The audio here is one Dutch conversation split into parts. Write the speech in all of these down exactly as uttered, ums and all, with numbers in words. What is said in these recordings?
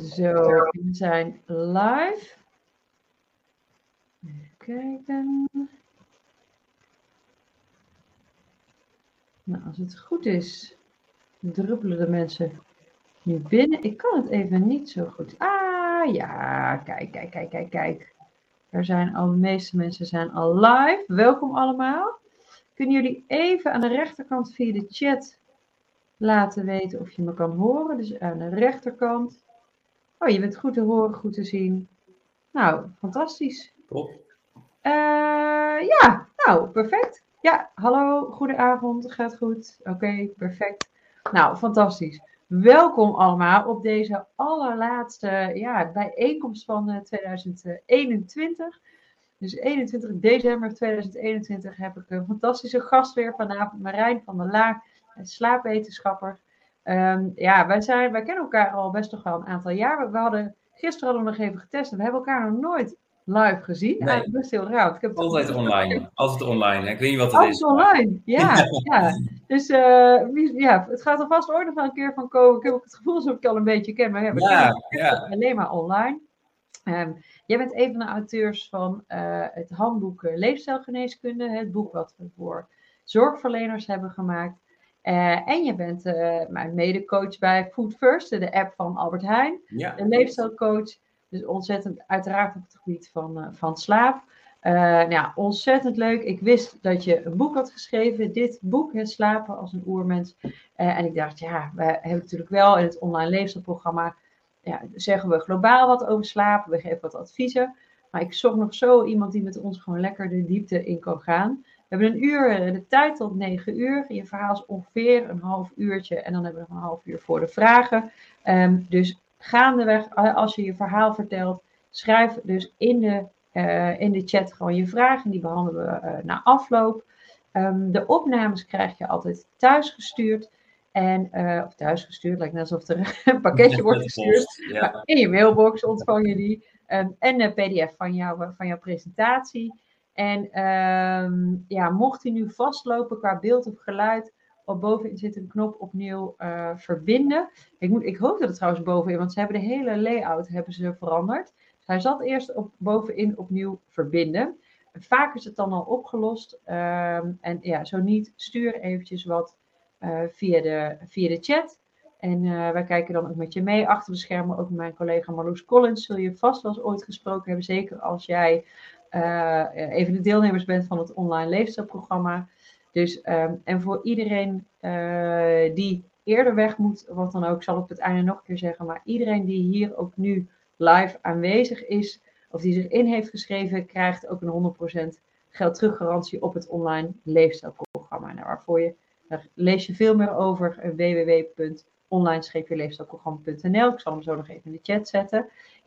Zo, we zijn live. Even kijken. Nou, als het goed is, druppelen de mensen nu binnen. Ik kan het even niet zo goed. Ah, ja, kijk, kijk, kijk, kijk, kijk. Er zijn al, de meeste mensen zijn al live. Welkom allemaal. Kunnen jullie even aan de rechterkant via de chat laten weten of je me kan horen? Dus aan de rechterkant. Oh, je bent goed te horen, goed te zien. Nou, fantastisch. Top. Uh, ja, nou, perfect. Ja, hallo, goedenavond, gaat goed. Oké, okay, perfect. Nou, fantastisch. Welkom allemaal op deze allerlaatste ja, bijeenkomst van uh, tweeduizend eenentwintig. Dus eenentwintig december tweeduizend eenentwintig heb ik een fantastische gast weer vanavond, Marijn van der Laar, slaapwetenschapper. Um, ja, wij, zijn, wij kennen elkaar al best toch wel een aantal jaar. We hadden, gisteren hadden we nog even getest en we hebben elkaar nog nooit live gezien. Nee. Eigenlijk best heel raar. Ik heb altijd online. Altijd online. Ik weet niet wat het altijd is. Altijd online, ja. ja. Dus uh, ja, het gaat er vast ooit nog wel een keer van komen. Ik heb ook het gevoel alsof ik al een beetje ken. Maar ja, we ja, kennen ja. alleen maar online. Um, jij bent een van de auteurs van uh, het handboek uh, Leefstijlgeneeskunde. Het boek wat we voor zorgverleners hebben gemaakt. Uh, en je bent uh, mijn mede-coach bij Food First, de app van Albert Heijn. Ja. Een leefstijlcoach. Dus ontzettend uiteraard op het gebied van, uh, van slaap. Uh, nou ja, ontzettend leuk. Ik wist dat je een boek had geschreven. Dit boek, Het Slapen als een Oermens. Uh, en ik dacht, ja, we hebben natuurlijk wel in het online leefstijlprogramma... Ja, zeggen we globaal wat over slapen. We geven wat adviezen. Maar ik zocht nog zo iemand die met ons gewoon lekker de diepte in kan gaan. We hebben een uur de tijd tot negen uur. Je verhaal is ongeveer een half uurtje. En dan hebben we nog een half uur voor de vragen. Um, dus gaandeweg, als je je verhaal vertelt, schrijf dus in de, uh, in de chat gewoon je vragen. Die behandelen we uh, na afloop. Um, de opnames krijg je altijd thuis gestuurd. En, uh, of thuis gestuurd, lijkt net alsof er een pakketje wordt gestuurd. Ja. Maar in je mailbox ontvang je die. Um, en een pdf van, jou, van jouw presentatie. En um, ja, mocht hij nu vastlopen qua beeld of geluid, op bovenin zit een knop opnieuw uh, verbinden. Ik, moet, ik hoop dat het trouwens bovenin, want ze hebben de hele layout hebben ze veranderd. Dus hij zat eerst op, bovenin opnieuw verbinden. Vaak is het dan al opgelost. Um, en ja, zo niet, stuur eventjes wat uh, via, de, via de chat. En uh, wij kijken dan ook met je mee. Achter de schermen ook met mijn collega Marloes Collins. Zul je vast wel eens ooit gesproken hebben. Zeker als jij uh, even de deelnemers bent van het online leefstijlprogramma. Dus, um, en voor iedereen uh, die eerder weg moet, wat dan ook, ik zal het op het einde nog een keer zeggen. Maar iedereen die hier ook nu live aanwezig is, of die zich in heeft geschreven, krijgt ook een honderd procent geld teruggarantie op het online leefstijlprogramma. Nou, waarvoor je, daar lees je veel meer over. w w w punt online leefstijlprogramma punt n l. Ik zal hem zo nog even in de chat zetten.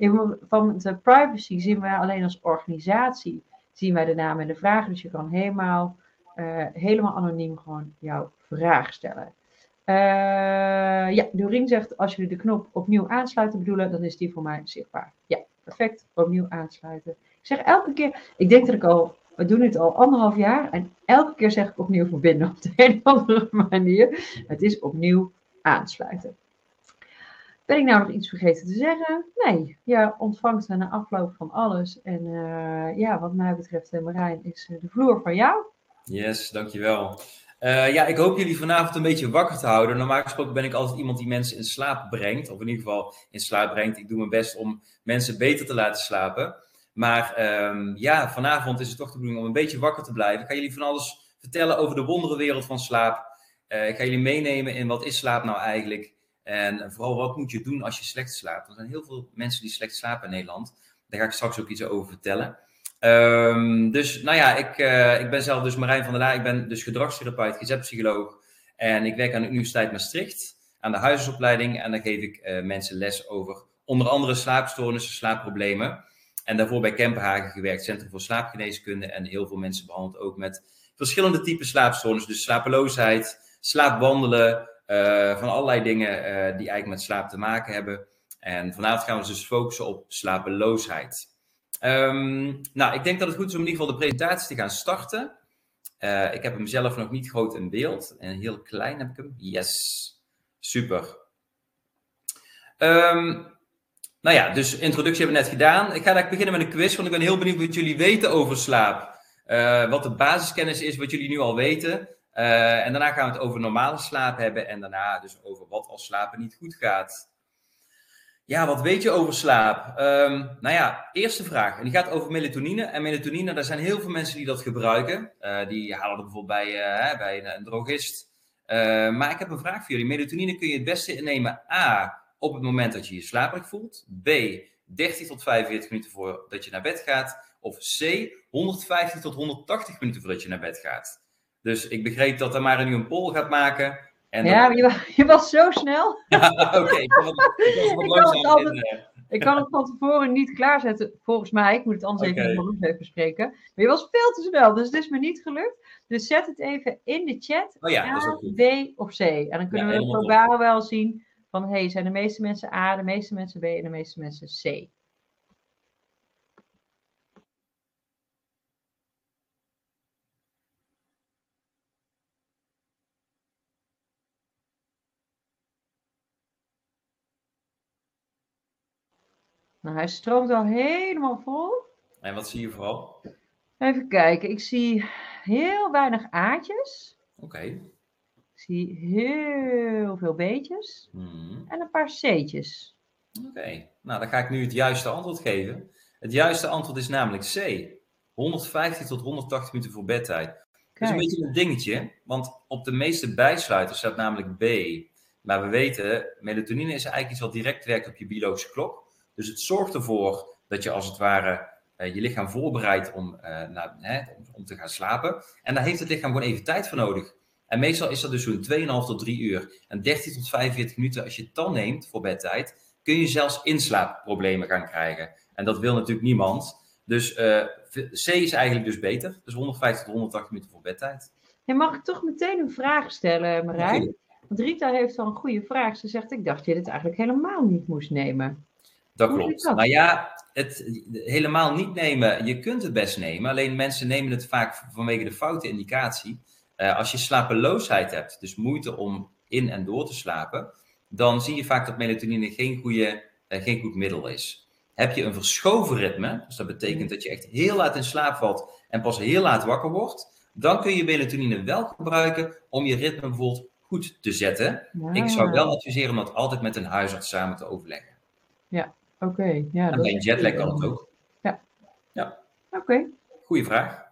Van de privacy zien wij alleen als organisatie, zien wij de namen en de vragen. Dus je kan helemaal, uh, helemaal anoniem gewoon jouw vraag stellen. Uh, ja, Doreen zegt, als jullie de knop opnieuw aansluiten bedoelen, dan is die voor mij zichtbaar. Ja, perfect, opnieuw aansluiten. Ik zeg elke keer, ik denk dat ik al, we doen het al anderhalf jaar en elke keer zeg ik opnieuw verbinden op de een of andere manier. Het is opnieuw aansluiten. Ben ik nou nog iets vergeten te zeggen? Nee, je ontvangt na afloop van alles. En uh, ja, wat mij betreft, Marijn, is de vloer van jou. Yes, dankjewel. Uh, ja, ik hoop jullie vanavond een beetje wakker te houden. Normaal gesproken ben ik altijd iemand die mensen in slaap brengt. Of in ieder geval in slaap brengt. Ik doe mijn best om mensen beter te laten slapen. Maar um, ja, vanavond is het toch de bedoeling om een beetje wakker te blijven. Ik ga jullie van alles vertellen over de wonderenwereld van slaap. Uh, ik ga jullie meenemen in wat is slaap nou eigenlijk. En vooral wat moet je doen als je slecht slaapt. Er zijn heel veel mensen die slecht slapen in Nederland. Daar ga ik straks ook iets over vertellen. Um, dus nou ja, ik, uh, ik ben zelf dus Marijn van der Laar. Ik ben dus gedragstherapeut, G Z-psycholoog. En ik werk aan de Universiteit Maastricht, aan de huisartsopleiding. En daar geef ik uh, mensen les over onder andere slaapstoornissen, slaapproblemen. En daarvoor bij Kempenhagen gewerkt, Centrum voor Slaapgeneeskunde. En heel veel mensen behandeld ook met verschillende typen slaapstoornissen. Dus slapeloosheid, slaapwandelen, uh, van allerlei dingen uh, die eigenlijk met slaap te maken hebben. En vanavond gaan we dus focussen op slapeloosheid. Um, nou, ik denk dat het goed is om in ieder geval de presentatie te gaan starten. Uh, ik heb hem zelf nog niet groot in beeld. En heel klein heb ik hem. Yes. Super. Um, Nou ja, dus introductie hebben we net gedaan. Ik ga eigenlijk beginnen met een quiz, want ik ben heel benieuwd wat jullie weten over slaap. Uh, wat de basiskennis is, wat jullie nu al weten. Uh, en daarna gaan we het over normale slaap hebben. En daarna dus over wat als slapen niet goed gaat. Ja, wat weet je over slaap? Um, nou ja, eerste vraag. En die gaat over melatonine. En melatonine, daar zijn heel veel mensen die dat gebruiken. Uh, die halen dat bijvoorbeeld bij, uh, bij een, een drogist. Uh, maar ik heb een vraag voor jullie. Melatonine kun je het beste innemen. A, op het moment dat je je slaperig voelt. B, dertig tot vijfenveertig minuten voordat je naar bed gaat. Of C, honderdvijftig tot honderdtachtig minuten voordat je naar bed gaat. Dus ik begreep dat er maar nu een poll gaat maken. En ja, dat... je, was, je was zo snel. Ja, oké. Okay. Ik, ik, ik, ik kan het van tevoren niet klaarzetten, volgens mij. Ik moet het anders okay. even met Marloes even bespreken. Maar je was veel te snel, dus het is me niet gelukt. Dus zet het even in de chat. Oh ja, A, dat is ook goed. B of C. En dan kunnen ja, we globaal wel zien van, hey, zijn de meeste mensen A, de meeste mensen B en de meeste mensen C. Nou, hij stroomt al helemaal vol. En wat zie je vooral? Even kijken. Ik zie heel weinig A'tjes. Oké. Okay. Ik zie heel veel B'tjes. Hmm. En een paar C'tjes. Oké. Okay. Nou, dan ga ik nu het juiste antwoord geven. Het juiste antwoord is namelijk C. honderdvijftig tot honderdtachtig minuten voor bedtijd. Kijk. Dat is een beetje een dingetje. Want op de meeste bijsluiters staat namelijk B. Maar we weten, melatonine is eigenlijk iets wat direct werkt op je biologische klok. Dus het zorgt ervoor dat je als het ware uh, je lichaam voorbereidt om, uh, naar, hè, om, om te gaan slapen. En daar heeft het lichaam gewoon even tijd voor nodig. En meestal is dat dus zo'n twee komma vijf tot drie uur. En dertig tot vijfenveertig minuten, als je het dan neemt voor bedtijd, kun je zelfs inslaapproblemen gaan krijgen. En dat wil natuurlijk niemand. Dus uh, C is eigenlijk dus beter. Dus honderdvijftig tot honderdtachtig minuten voor bedtijd. Ja, mag ik toch meteen een vraag stellen, Marijn? Ja, want Rita heeft wel een goede vraag. Ze zegt, ik dacht dat je dit eigenlijk helemaal niet moest nemen. Dat Hoe klopt. Dat? Maar ja, het helemaal niet nemen, je kunt het best nemen. Alleen mensen nemen het vaak vanwege de foute indicatie. Uh, als je slapeloosheid hebt, dus moeite om in en door te slapen, dan zie je vaak dat melatonine geen, goede, uh, geen goed middel is. Heb je een verschoven ritme, dus dat betekent dat je echt heel laat in slaap valt en pas heel laat wakker wordt, dan kun je melatonine wel gebruiken om je ritme bijvoorbeeld goed te zetten. Ja. Ik zou wel adviseren om dat altijd met een huisarts samen te overleggen. Ja. Oké, okay, ja. En bij een jetlag kan het ook. Ja. Ja. Oké. Okay. Goeie vraag.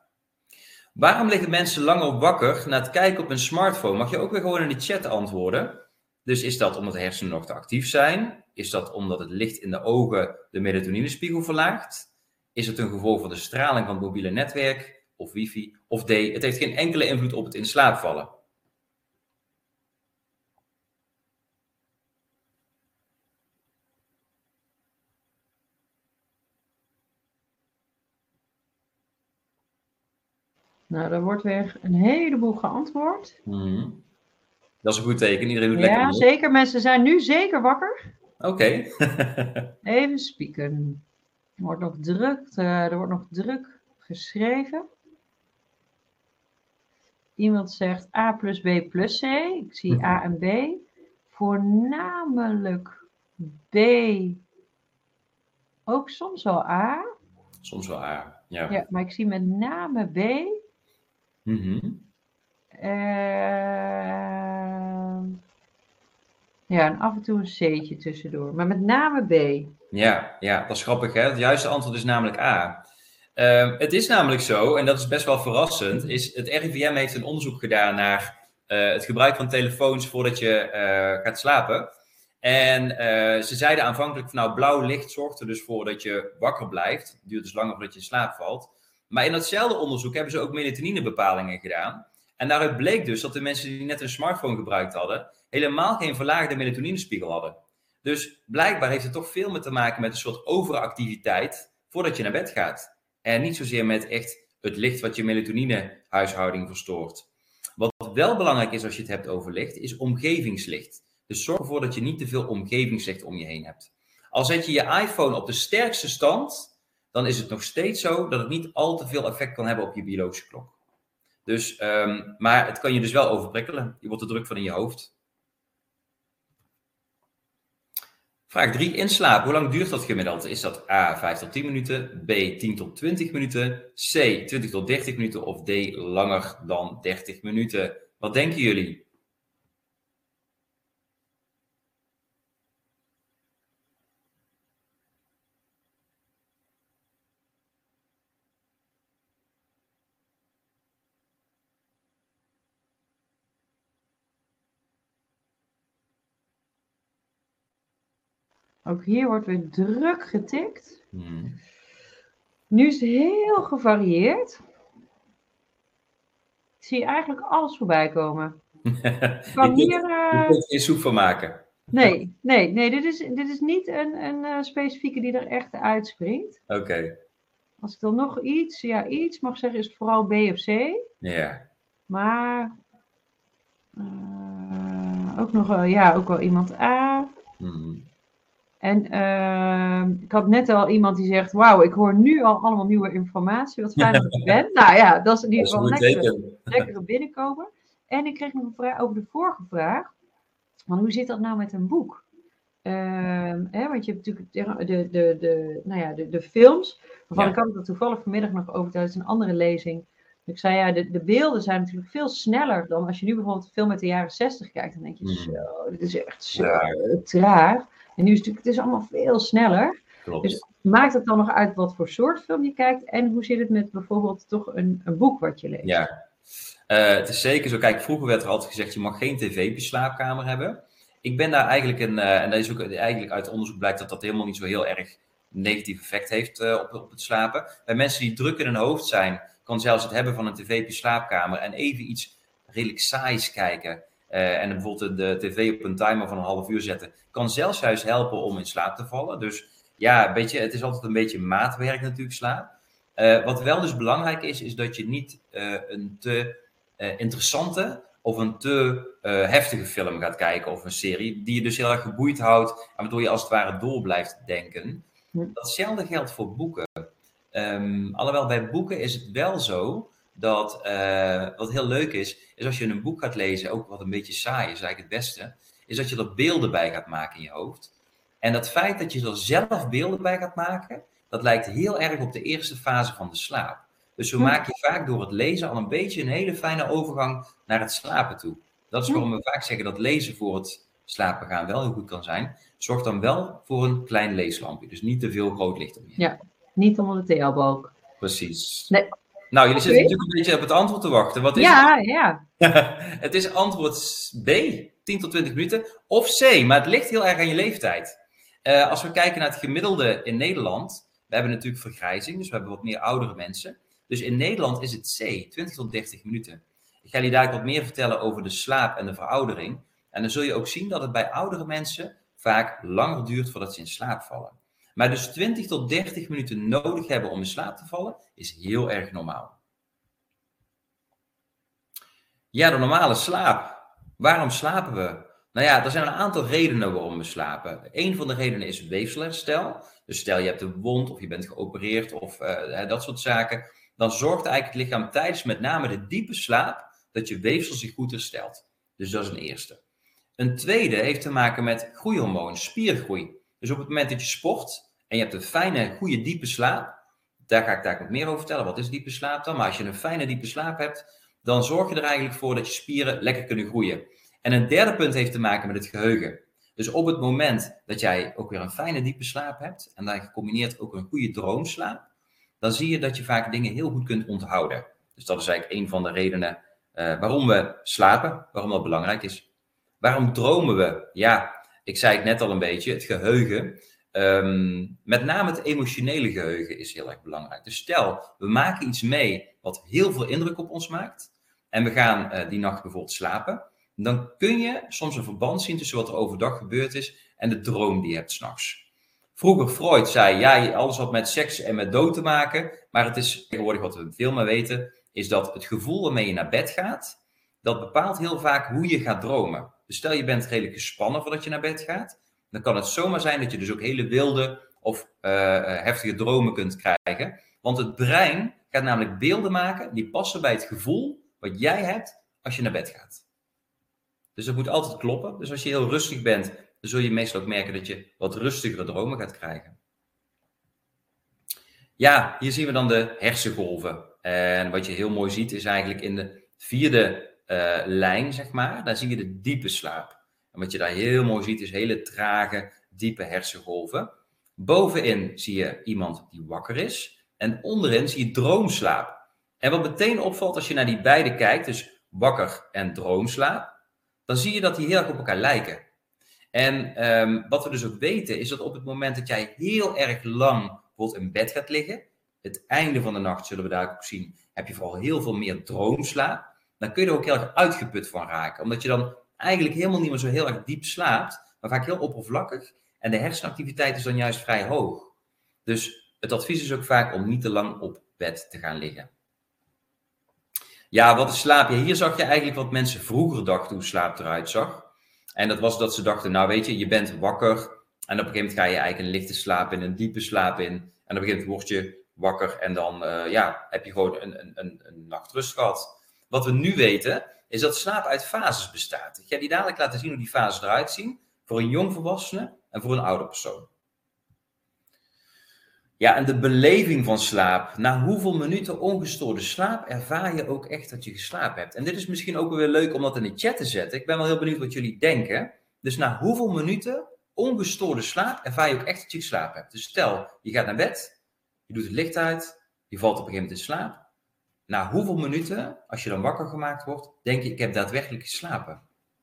Waarom liggen mensen langer wakker na het kijken op een smartphone? Mag je ook weer gewoon in de chat antwoorden. Dus is dat omdat de hersenen nog te actief zijn? Is dat omdat het licht in de ogen de melatoninespiegel verlaagt? Is het een gevolg van de straling van het mobiele netwerk? Of wifi? Of D, het heeft geen enkele invloed op het in slaap vallen? Nou, er wordt weer een heleboel geantwoord. Mm-hmm. Dat is een goed teken. Iedereen doet ja, lekker. Ja, zeker. Mensen zijn nu zeker wakker. Oké. Okay. Even spieken. Er wordt nog druk, uh, er wordt nog druk geschreven. Iemand zegt A plus B plus C. Ik zie mm-hmm. A en B. Voornamelijk B. Ook soms wel A. Soms wel A, ja. Ja, maar ik zie met name B. Mm-hmm. Uh, ja, en af en toe een C'tje tussendoor. Maar met name B. Ja, ja, dat is grappig, hè? Het juiste antwoord is namelijk A. Uh, het is namelijk zo, en dat is best wel verrassend, is het R I V M heeft een onderzoek gedaan naar uh, het gebruik van telefoons voordat je uh, gaat slapen. En uh, ze zeiden aanvankelijk van nou, blauw licht zorgt er dus voor dat je wakker blijft. Het duurt dus langer voordat je in slaap valt. Maar in datzelfde onderzoek hebben ze ook melatoninebepalingen gedaan. En daaruit bleek dus dat de mensen die net een smartphone gebruikt hadden, helemaal geen verlaagde melatoninespiegel hadden. Dus blijkbaar heeft het toch veel meer te maken met een soort overactiviteit voordat je naar bed gaat. En niet zozeer met echt het licht wat je melatoninehuishouding verstoort. Wat wel belangrijk is als je het hebt over licht, is omgevingslicht. Dus zorg ervoor dat je niet te veel omgevingslicht om je heen hebt. Al zet je je iPhone op de sterkste stand, dan is het nog steeds zo dat het niet al te veel effect kan hebben op je biologische klok. Dus, um, maar het kan je dus wel overprikkelen. Je wordt er druk van in je hoofd. Vraag drie. In slaap, hoe lang duurt dat gemiddeld? Is dat A, vijf tot tien minuten, B, tien tot twintig minuten, C, twintig tot dertig minuten of D, langer dan dertig minuten? Wat denken jullie? Ook hier wordt weer druk getikt. Hmm. Nu is het heel gevarieerd. Ik zie eigenlijk alles voorbij komen. Je Kan kunt, hier, je uh... kunt geen soep van maken. Nee, nee, nee dit, is, dit is niet een, een uh, specifieke die er echt uitspringt. Oké. Okay. Als ik dan nog iets, ja, iets mag zeggen, is het vooral B of C. Ja. Yeah. Maar uh, ook nog wel, ja, ook wel iemand A. Hmm. En uh, ik had net al iemand die zegt, wauw, ik hoor nu al allemaal nieuwe informatie. Wat fijn dat ik er ben. Nou ja, dat is in ieder geval een lekkere, lekkere binnenkomen. En ik kreeg nog een vraag over de vorige vraag. Want hoe zit dat nou met een boek? Uh, hè, want je hebt natuurlijk de, de, de, nou ja, de, de films. Waarvan ja. Ik had het er toevallig vanmiddag nog over tijdens een andere lezing. Ik zei ja, de, de beelden zijn natuurlijk veel sneller dan als je nu bijvoorbeeld een film uit de jaren zestig kijkt. Dan denk je, mm. zo, dit is echt zo ja. traag. En nu is het natuurlijk, het is allemaal veel sneller. Klopt. Dus maakt het dan nog uit wat voor soort film je kijkt? En hoe zit het met bijvoorbeeld toch een, een boek wat je leest? Ja, uh, het is zeker zo. Kijk, vroeger werd er altijd gezegd, je mag geen tv op je slaapkamer hebben. Ik ben daar eigenlijk, een, uh, en dat is ook eigenlijk uit onderzoek blijkt dat dat helemaal niet zo heel erg negatief effect heeft uh, op, op het slapen. Bij mensen die druk in hun hoofd zijn, kan zelfs het hebben van een tv op je slaapkamer en even iets redelijk saais kijken. Uh, en bijvoorbeeld de tv op een timer van een half uur zetten, kan zelfs juist helpen om in slaap te vallen. Dus ja, weet je, het is altijd een beetje maatwerk natuurlijk, slaap. Uh, wat wel dus belangrijk is, is dat je niet uh, een te uh, interessante of een te uh, heftige film gaat kijken of een serie, die je dus heel erg geboeid houdt en waardoor je als het ware door blijft denken. Hm. Datzelfde geldt voor boeken. Um, alhoewel bij boeken is het wel zo dat, uh, wat heel leuk is, is als je een boek gaat lezen, ook wat een beetje saai is, eigenlijk het beste, is dat je er beelden bij gaat maken in je hoofd. En dat feit dat je er zelf beelden bij gaat maken, dat lijkt heel erg op de eerste fase van de slaap. Dus zo maak je vaak door het lezen al een beetje een hele fijne overgang naar het slapen toe. Dat is waarom we vaak zeggen dat lezen voor het slapen gaan wel heel goed kan zijn. Zorg dan wel voor een klein leeslampje, dus niet te veel groot licht om je. Ja, niet onder de theebalk. Precies. Nee. Nou, jullie zitten okay. natuurlijk een beetje op het antwoord te wachten. Wat is ja, het? ja. Het is antwoord B, tien tot twintig minuten, of C, maar het ligt heel erg aan je leeftijd. Uh, als we kijken naar het gemiddelde in Nederland, we hebben natuurlijk vergrijzing, dus we hebben wat meer oudere mensen. Dus in Nederland is het C, twintig tot dertig minuten. Ik ga jullie daar wat meer vertellen over de slaap en de veroudering. En dan zul je ook zien dat het bij oudere mensen vaak langer duurt voordat ze in slaap vallen. Maar dus twintig tot dertig minuten nodig hebben om in slaap te vallen, is heel erg normaal. Ja, de normale slaap. Waarom slapen we? Nou ja, er zijn een aantal redenen waarom we slapen. Een van de redenen is weefselherstel. Dus stel je hebt een wond of je bent geopereerd of uh, dat soort zaken. Dan zorgt eigenlijk het lichaam tijdens met name de diepe slaap dat je weefsel zich goed herstelt. Dus dat is een eerste. Een tweede heeft te maken met groeihormoon, spiergroei. Dus op het moment dat je sport en je hebt een fijne, goede, diepe slaap. Daar ga ik daar wat meer over vertellen. Wat is diepe slaap dan? Maar als je een fijne, diepe slaap hebt, dan zorg je er eigenlijk voor dat je spieren lekker kunnen groeien. En een derde punt heeft te maken met het geheugen. Dus op het moment dat jij ook weer een fijne, diepe slaap hebt en dan gecombineerd ook een goede droomslaap, dan zie je dat je vaak dingen heel goed kunt onthouden. Dus dat is eigenlijk een van de redenen uh, waarom we slapen, waarom dat belangrijk is. Waarom dromen we? Ja, ik zei het net al een beetje, het geheugen. Um, met name het emotionele geheugen is heel erg belangrijk. Dus stel, we maken iets mee wat heel veel indruk op ons maakt en we gaan uh, die nacht bijvoorbeeld slapen, dan kun je soms een verband zien tussen wat er overdag gebeurd is en de droom die je hebt 's nachts. Vroeger Freud zei, ja, alles wat met seks en met dood te maken, maar het is tegenwoordig wat we veel meer weten, is dat het gevoel waarmee je naar bed gaat, dat bepaalt heel vaak hoe je gaat dromen. Dus stel je bent redelijk gespannen voordat je naar bed gaat, dan kan het zomaar zijn dat je dus ook hele wilde of uh, heftige dromen kunt krijgen. Want het brein gaat namelijk beelden maken die passen bij het gevoel wat jij hebt als je naar bed gaat. Dus dat moet altijd kloppen. Dus als je heel rustig bent dan zul je meestal ook merken dat je wat rustigere dromen gaat krijgen. Ja, hier zien we dan de hersengolven. En wat je heel mooi ziet is eigenlijk in de vierde uh, lijn, zeg maar, daar zie je de diepe slaap. En wat je daar heel mooi ziet is hele trage, diepe hersengolven. Bovenin zie je iemand die wakker is en onderin zie je droomslaap. En wat meteen opvalt als je naar die beide kijkt, dus wakker en droomslaap, dan zie je dat die heel erg op elkaar lijken. En um, wat we dus ook weten is dat op het moment dat jij heel erg lang bijvoorbeeld in bed gaat liggen, het einde van de nacht zullen we daar ook zien, heb je vooral heel veel meer droomslaap, dan kun je er ook heel erg uitgeput van raken. Omdat je dan eigenlijk helemaal niet meer zo heel erg diep slaapt, maar vaak heel oppervlakkig. En de hersenactiviteit is dan juist vrij hoog. Dus het advies is ook vaak om niet te lang op bed te gaan liggen. Ja, wat is slaap? Ja, hier zag je eigenlijk wat mensen vroeger dachten hoe slaap eruit zag. En dat was dat ze dachten, nou weet je, je bent wakker. En op een gegeven moment ga je eigenlijk een lichte slaap in, een diepe slaap in. En op een gegeven moment word je wakker en dan uh, ja, heb je gewoon een, een, een, een nachtrust gehad. Wat we nu weten, is dat slaap uit fases bestaat. Ik ga die dadelijk laten zien hoe die fases eruit zien. Voor een jongvolwassene en voor een oude persoon. Ja, en de beleving van slaap. Na hoeveel minuten ongestoorde slaap ervaar je ook echt dat je geslapen hebt. En dit is misschien ook weer leuk om dat in de chat te zetten. Ik ben wel heel benieuwd wat jullie denken. Dus na hoeveel minuten ongestoorde slaap ervaar je ook echt dat je geslapen hebt. Dus stel, je gaat naar bed, je doet het licht uit, je valt op een gegeven moment in slaap. Na hoeveel minuten, als je dan wakker gemaakt wordt, denk je, ik heb daadwerkelijk geslapen.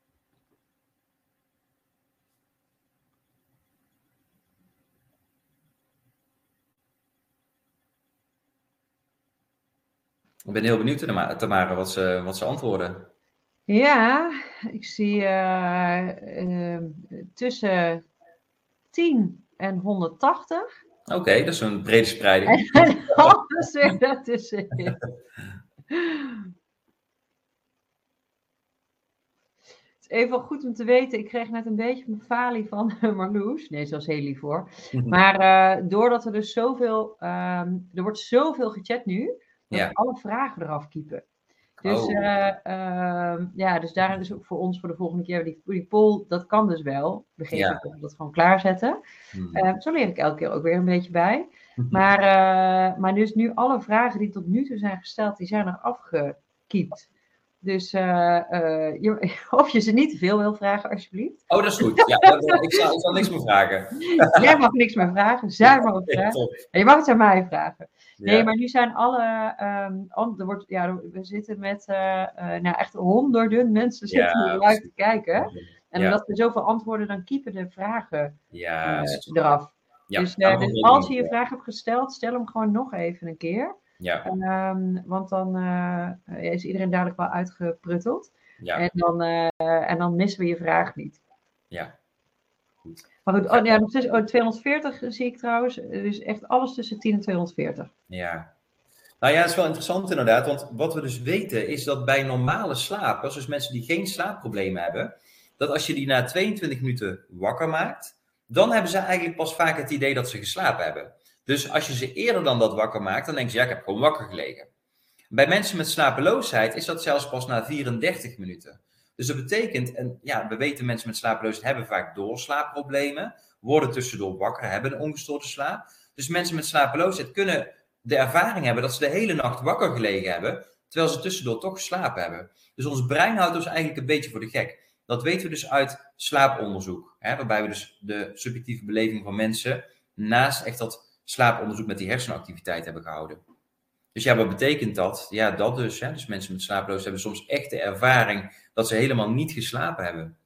Ik ben heel benieuwd, Tamara, wat ze, wat ze antwoorden. Ja, ik zie uh, uh, tussen tien en honderdtachtig. Oké, okay, dat is een brede spreiding. En alles weer daartussenin. Het is even goed om te weten, ik kreeg net een beetje mijn falie van Marloes. Nee, ze was heel lief hoor. Maar uh, doordat er dus zoveel, um, er wordt zoveel gechat nu, dat ja. alle vragen eraf kiepen. Dus, oh. uh, uh, ja, dus daarin is ook voor ons voor de volgende keer die, die poll, dat kan dus wel. Begin ja. ik dat gewoon klaarzetten. Hmm. Uh, zo leer ik elke keer ook weer een beetje bij. Maar, uh, maar dus nu alle vragen die tot nu toe zijn gesteld, die zijn er afgekiept. Dus uh, uh, je, of je ze niet te veel wil vragen, alsjeblieft. Oh, dat is goed. Ja, ik, zal, ik zal niks meer vragen. Jij mag niks meer vragen. Zij mag ook vragen. Ja, en je mag het aan mij vragen. Nee, ja. Maar nu zijn alle... Um, er wordt, ja, we zitten met uh, uh, nou, echt honderden mensen zitten ja, hier live te kijken. En ja. omdat er zoveel antwoorden, dan kiepen de vragen ja, uh, eraf. Ja, dus, uh, dus als je je vraag hebt gesteld, stel hem gewoon nog even een keer. Ja. Um, want dan uh, is iedereen dadelijk wel uitgeprutteld. Ja. En, dan, uh, en dan missen we je vraag niet. Ja. Goed. Maar goed, oh, ja, oh, tweehonderdveertig zie ik trouwens. Dus echt alles tussen tien en tweehonderdveertig. Ja. Nou ja, dat is wel interessant inderdaad. Want wat we dus weten is dat bij normale slapers, dus mensen die geen slaapproblemen hebben, dat als je die na tweeëntwintig minuten wakker maakt, dan hebben ze eigenlijk pas vaak het idee dat ze geslapen hebben. Dus als je ze eerder dan dat wakker maakt, dan denk je, ja, ik heb gewoon wakker gelegen. Bij mensen met slapeloosheid is dat zelfs pas na vierendertig minuten. Dus dat betekent, en ja, we weten mensen met slapeloosheid hebben vaak doorslaapproblemen, worden tussendoor wakker, hebben een ongestoorde slaap. Dus mensen met slapeloosheid kunnen de ervaring hebben dat ze de hele nacht wakker gelegen hebben, terwijl ze tussendoor toch geslapen hebben. Dus ons brein houdt ons eigenlijk een beetje voor de gek. Dat weten we dus uit slaaponderzoek, hè, waarbij we dus de subjectieve beleving van mensen naast echt dat slaaponderzoek met die hersenactiviteit hebben gehouden. Dus ja, wat betekent dat? Ja, dat dus. Hè? Dus mensen met slapeloosheid hebben soms echt de ervaring dat ze helemaal niet geslapen hebben.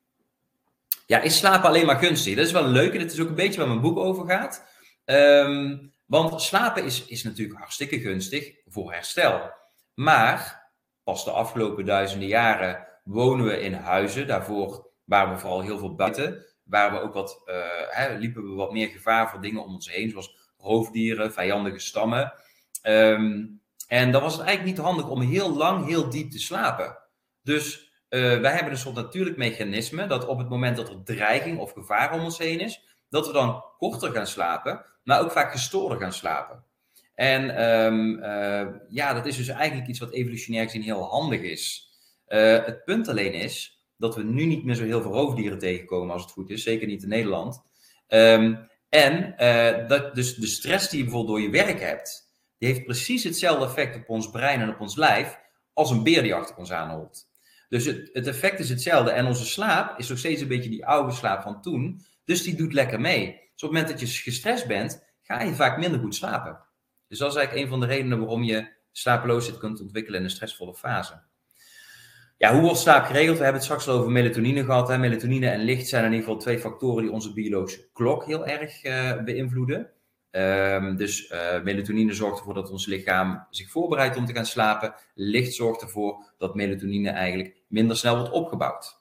Ja, is slapen alleen maar gunstig? Dat is wel een leuke. Dat is ook een beetje waar mijn boek over gaat. Um, want slapen is, is natuurlijk hartstikke gunstig voor herstel. Maar pas de afgelopen duizenden jaren wonen we in huizen. Daarvoor waren we vooral heel veel buiten. Waar we ook wat, uh, hè, liepen we wat meer gevaar voor dingen om ons heen, zoals roofdieren, vijandige stammen. Um, en dan was het eigenlijk niet handig om heel lang, heel diep te slapen. Dus uh, wij hebben een soort natuurlijk mechanisme dat op het moment dat er dreiging of gevaar om ons heen is, dat we dan korter gaan slapen, maar ook vaak gestoorder gaan slapen. En um, uh, ja, dat is dus eigenlijk iets wat evolutionair gezien heel handig is. Uh, het punt alleen is dat we nu niet meer zo heel veel roofdieren tegenkomen als het goed is. Zeker niet in Nederland. Um, en uh, dat, dus de stress die je bijvoorbeeld door je werk hebt, die heeft precies hetzelfde effect op ons brein en op ons lijf als een beer die achter ons aanholt. Dus het, het effect is hetzelfde. En onze slaap is nog steeds een beetje die oude slaap van toen. Dus die doet lekker mee. Dus op het moment dat je gestrest bent, ga je vaak minder goed slapen. Dus dat is eigenlijk een van de redenen waarom je slapeloosheid kunt ontwikkelen in een stressvolle fase. Ja, hoe wordt slaap geregeld? We hebben het straks al over melatonine gehad. Hè? Melatonine en licht zijn in ieder geval twee factoren die onze biologische klok heel erg uh, beïnvloeden. Um, dus uh, melatonine zorgt ervoor dat ons lichaam zich voorbereidt om te gaan slapen. Licht zorgt ervoor dat melatonine eigenlijk minder snel wordt opgebouwd.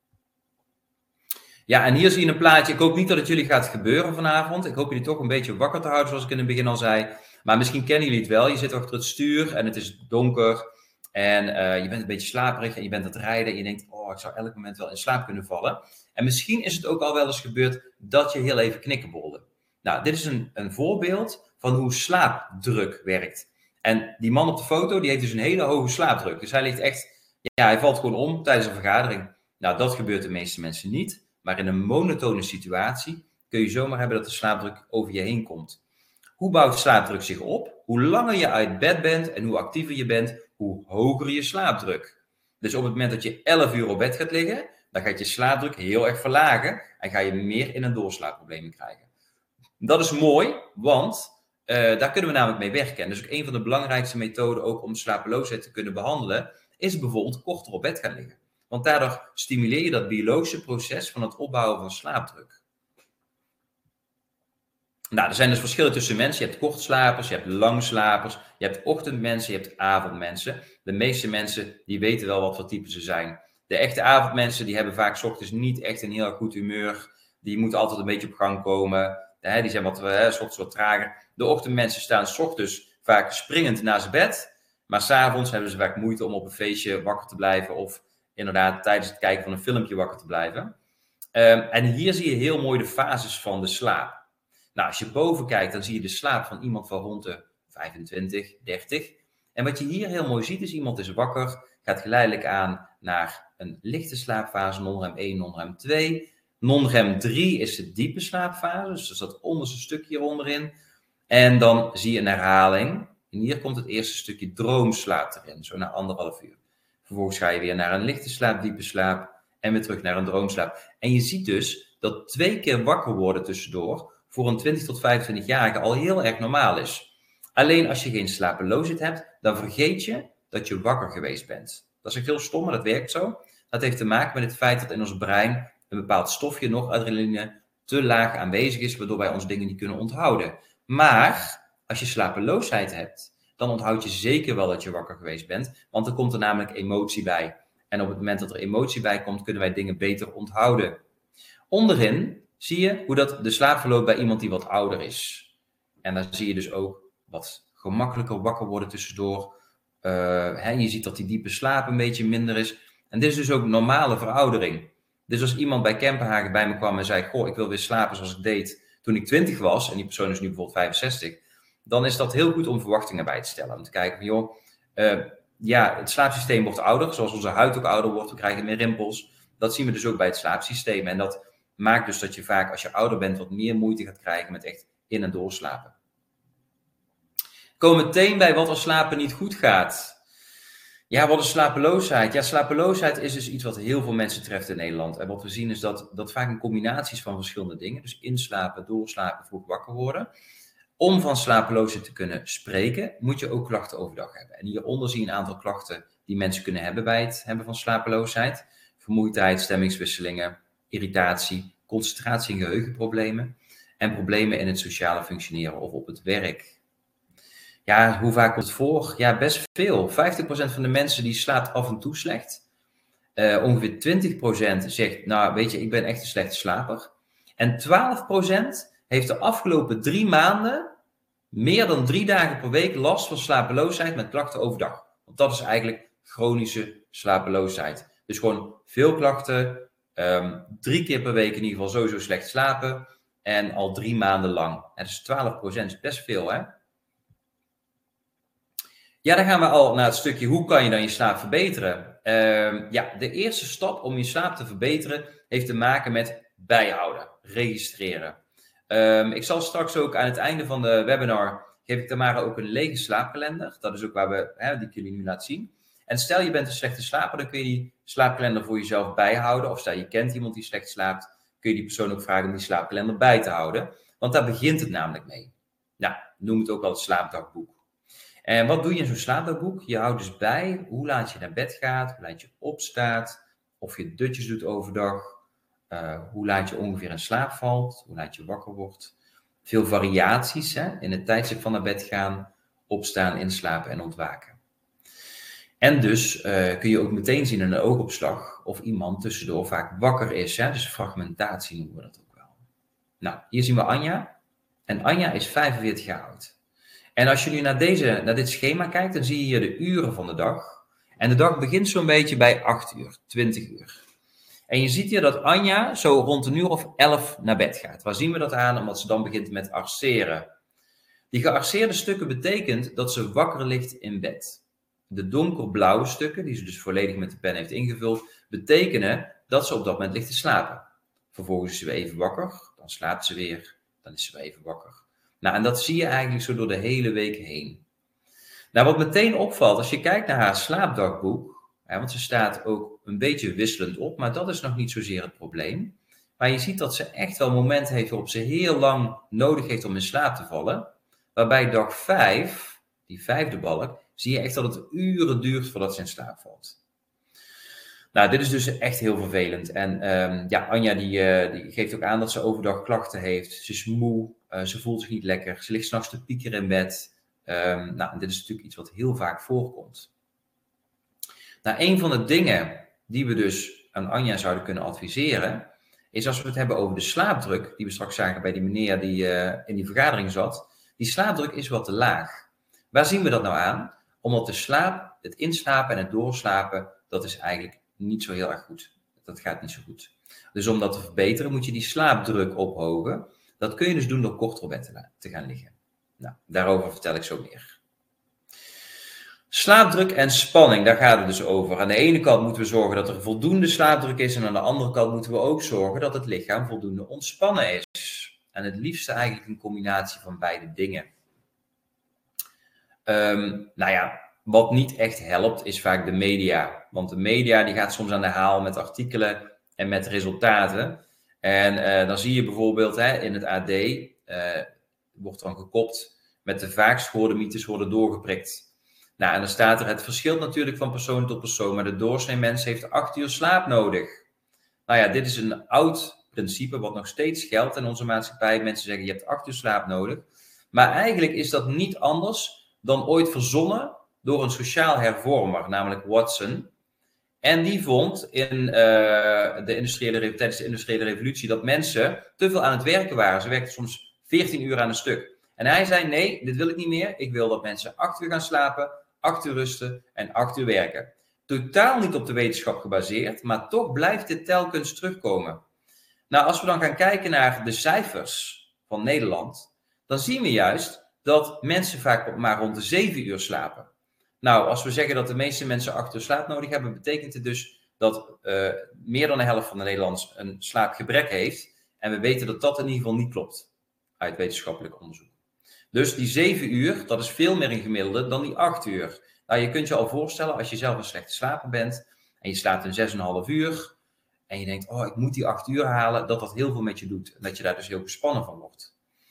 Ja, en hier zie je een plaatje. Ik hoop niet dat het jullie gaat gebeuren vanavond. Ik hoop jullie toch een beetje wakker te houden, zoals ik in het begin al zei. Maar misschien kennen jullie het wel. Je zit achter het stuur en het is donker. En uh, je bent een beetje slaperig en je bent aan het rijden. En je denkt, oh, ik zou elk moment wel in slaap kunnen vallen. En misschien is het ook al wel eens gebeurd dat je heel even knikkenbolde. Nou, dit is een, een voorbeeld van hoe slaapdruk werkt. En die man op de foto, die heeft dus een hele hoge slaapdruk. Dus hij ligt echt, ja, hij valt gewoon om tijdens een vergadering. Nou, dat gebeurt de meeste mensen niet. Maar in een monotone situatie kun je zomaar hebben dat de slaapdruk over je heen komt. Hoe bouwt slaapdruk zich op? Hoe langer je uit bed bent en hoe actiever je bent, hoe hoger je slaapdruk. Dus op het moment dat je elf uur op bed gaat liggen, dan gaat je slaapdruk heel erg verlagen en ga je meer in een doorslaapprobleem krijgen. Dat is mooi, want uh, daar kunnen we namelijk mee werken. En dus ook een van de belangrijkste methoden ook om slapeloosheid te kunnen behandelen, is bijvoorbeeld korter op bed gaan liggen. Want daardoor stimuleer je dat biologische proces van het opbouwen van slaapdruk. Nou, er zijn dus verschillen tussen mensen. Je hebt kortslapers, je hebt langslapers, je hebt ochtendmensen, je hebt avondmensen. De meeste mensen die weten wel wat voor type ze zijn. De echte avondmensen die hebben vaak 's ochtends niet echt een heel goed humeur. Die moeten altijd een beetje op gang komen. Die zijn wat, hè, 's ochtends wat trager. De ochtendmensen staan 's ochtends vaak springend naast zijn bed. Maar 's avonds hebben ze vaak moeite om op een feestje wakker te blijven. Of inderdaad tijdens het kijken van een filmpje wakker te blijven. Um, en hier zie je heel mooi de fases van de slaap. Nou, als je boven kijkt, dan zie je de slaap van iemand van rond de vijfentwintig, dertig. En wat je hier heel mooi ziet, is iemand is wakker, gaat geleidelijk aan naar een lichte slaapfase, non-rem één, non-rem twee. Non-rem drie is de diepe slaapfase, dus dat is dat onderste stukje hier onderin. En dan zie je een herhaling. En hier komt het eerste stukje droomslaap erin, zo na anderhalf uur. Vervolgens ga je weer naar een lichte slaap, diepe slaap en weer terug naar een droomslaap. En je ziet dus dat twee keer wakker worden tussendoor voor een twintig tot vijfentwintig-jarige al heel erg normaal is. Alleen als je geen slapeloosheid hebt, dan vergeet je dat je wakker geweest bent. Dat is echt heel stom, maar dat werkt zo. Dat heeft te maken met het feit dat in ons brein een bepaald stofje, nog adrenaline, te laag aanwezig is, waardoor wij ons dingen niet kunnen onthouden. Maar als je slapeloosheid hebt, dan onthoud je zeker wel dat je wakker geweest bent, want er komt er namelijk emotie bij. En op het moment dat er emotie bij komt, kunnen wij dingen beter onthouden. Onderin zie je hoe dat de slaap verloopt bij iemand die wat ouder is. En dan zie je dus ook wat gemakkelijker wakker worden tussendoor. Uh, hè, je ziet dat die diepe slaap een beetje minder is. En dit is dus ook normale veroudering. Dus als iemand bij Kempenhagen bij me kwam en zei, goh, ik wil weer slapen zoals ik deed toen ik twintig was, en die persoon is nu bijvoorbeeld vijfenzestig, dan is dat heel goed om verwachtingen bij te stellen. Om te kijken van, joh, uh, ja, het slaapsysteem wordt ouder, zoals onze huid ook ouder wordt, we krijgen meer rimpels. Dat zien we dus ook bij het slaapsysteem. En dat maakt dus dat je vaak, als je ouder bent, wat meer moeite gaat krijgen met echt in- en doorslapen. Komen we meteen bij wat als slapen niet goed gaat. Ja, wat is slapeloosheid? Ja, slapeloosheid is dus iets wat heel veel mensen treft in Nederland. En wat we zien is dat dat vaak een combinatie is van verschillende dingen. Dus inslapen, doorslapen, vroeg wakker worden. Om van slapeloosheid te kunnen spreken, moet je ook klachten overdag hebben. En hieronder zie je een aantal klachten die mensen kunnen hebben bij het hebben van slapeloosheid. Vermoeidheid, stemmingswisselingen, irritatie, concentratie- en geheugenproblemen en problemen in het sociale functioneren of op het werk. Ja, hoe vaak komt het voor? Ja, best veel. vijftig procent van de mensen die slaapt af en toe slecht. Uh, ongeveer twintig procent zegt, nou weet je, ik ben echt een slechte slaper. En twaalf procent heeft de afgelopen drie maanden meer dan drie dagen per week last van slapeloosheid met klachten overdag. Want dat is eigenlijk chronische slapeloosheid. Dus gewoon veel klachten, um, drie keer per week in ieder geval sowieso slecht slapen en al drie maanden lang. En dus twaalf procent is best veel, hè? Ja, dan gaan we al naar het stukje, hoe kan je dan je slaap verbeteren? uh, ja, de eerste stap om je slaap te verbeteren heeft te maken met bijhouden, registreren. Um, ik zal straks ook aan het einde van de webinar, geef ik Tamara ook een lege slaapkalender. Dat is ook waar we, hè, die ik jullie nu laat zien. En stel je bent een slechte slaper, dan kun je die slaapkalender voor jezelf bijhouden. Of stel je kent iemand die slecht slaapt, kun je die persoon ook vragen om die slaapkalender bij te houden. Want daar begint het namelijk mee. Nou, noem het ook wel het slaapdagboek. En wat doe je in zo'n slaapdagboek? Je houdt dus bij hoe laat je naar bed gaat, hoe laat je opstaat, of je dutjes doet overdag, uh, hoe laat je ongeveer in slaap valt, hoe laat je wakker wordt. Veel variaties hè, in het tijdstip van naar bed gaan, opstaan, inslapen en ontwaken. En dus uh, kun je ook meteen zien in een oogopslag of iemand tussendoor vaak wakker is. Hè? Dus fragmentatie noemen we dat ook wel. Nou, hier zien we Anja. En Anja is vijfenveertig jaar oud. En als je nu naar, deze, naar dit schema kijkt, dan zie je hier de uren van de dag. En de dag begint zo'n beetje bij acht uur, twintig uur. En je ziet hier dat Anja zo rond een uur of elf naar bed gaat. Waar zien we dat aan? Omdat ze dan begint met arceren. Die gearceerde stukken betekent dat ze wakker ligt in bed. De donkerblauwe stukken, die ze dus volledig met de pen heeft ingevuld, betekenen dat ze op dat moment ligt te slapen. Vervolgens is ze weer even wakker, dan slaapt ze weer, dan is ze weer even wakker. Nou, en dat zie je eigenlijk zo door de hele week heen. Nou, wat meteen opvalt, als je kijkt naar haar slaapdagboek, hè, want ze staat ook een beetje wisselend op, maar dat is nog niet zozeer het probleem. Maar je ziet dat ze echt wel momenten heeft waarop ze heel lang nodig heeft om in slaap te vallen. Waarbij dag vijf, die vijfde balk, zie je echt dat het uren duurt voordat ze in slaap valt. Nou, dit is dus echt heel vervelend. En um, ja, Anja die, uh, die geeft ook aan dat ze overdag klachten heeft. Ze is moe, uh, ze voelt zich niet lekker, ze ligt 's nachts te piekeren in bed. Um, nou, dit is natuurlijk iets wat heel vaak voorkomt. Nou, een van de dingen die we dus aan Anja zouden kunnen adviseren, is als we het hebben over de slaapdruk, die we straks zagen bij die meneer die uh, in die vergadering zat. Die slaapdruk is wat te laag. Waar zien we dat nou aan? Omdat de slaap, het inslapen en het doorslapen, dat is eigenlijk niet zo heel erg goed. Dat gaat niet zo goed. Dus om dat te verbeteren moet je die slaapdruk ophogen. Dat kun je dus doen door korter op bed te gaan liggen. Nou, daarover vertel ik zo meer. Slaapdruk en spanning, daar gaat het dus over. Aan de ene kant moeten we zorgen dat er voldoende slaapdruk is en aan de andere kant moeten we ook zorgen dat het lichaam voldoende ontspannen is. En het liefste eigenlijk een combinatie van beide dingen. Um, nou ja, wat niet echt helpt is vaak de media. Want de media die gaat soms aan de haal met artikelen en met resultaten. En uh, dan zie je bijvoorbeeld hè, in het A D, uh, wordt dan gekopt met de vaakst gehoorde mythes worden doorgeprikt. Nou, en dan staat er, het verschilt natuurlijk van persoon tot persoon, maar de doorsnee mens heeft acht uur slaap nodig. Nou ja, dit is een oud principe wat nog steeds geldt in onze maatschappij. Mensen zeggen, je hebt acht uur slaap nodig. Maar eigenlijk is dat niet anders dan ooit verzonnen door een sociaal hervormer, namelijk Watson. En die vond in, uh, de industriële, tijdens de industriële revolutie dat mensen te veel aan het werken waren. Ze werkten soms veertien uur aan een stuk. En hij zei, nee, dit wil ik niet meer. Ik wil dat mensen acht uur gaan slapen, acht uur rusten en acht uur werken. Totaal niet op de wetenschap gebaseerd, maar toch blijft dit telkens terugkomen. Nou, als we dan gaan kijken naar de cijfers van Nederland, dan zien we juist dat mensen vaak maar rond de zeven uur slapen. Nou, als we zeggen dat de meeste mensen acht uur slaap nodig hebben, betekent het dus dat uh, meer dan de helft van de Nederlanders een slaapgebrek heeft. En we weten dat dat in ieder geval niet klopt, uit wetenschappelijk onderzoek. Dus die zeven uur, dat is veel meer een gemiddelde dan die acht uur. Nou, je kunt je al voorstellen, als je zelf een slechte slaper bent, en je slaapt een zes komma vijf uur, en je denkt, oh, ik moet die acht uur halen, dat dat heel veel met je doet. En dat je daar dus heel gespannen van wordt.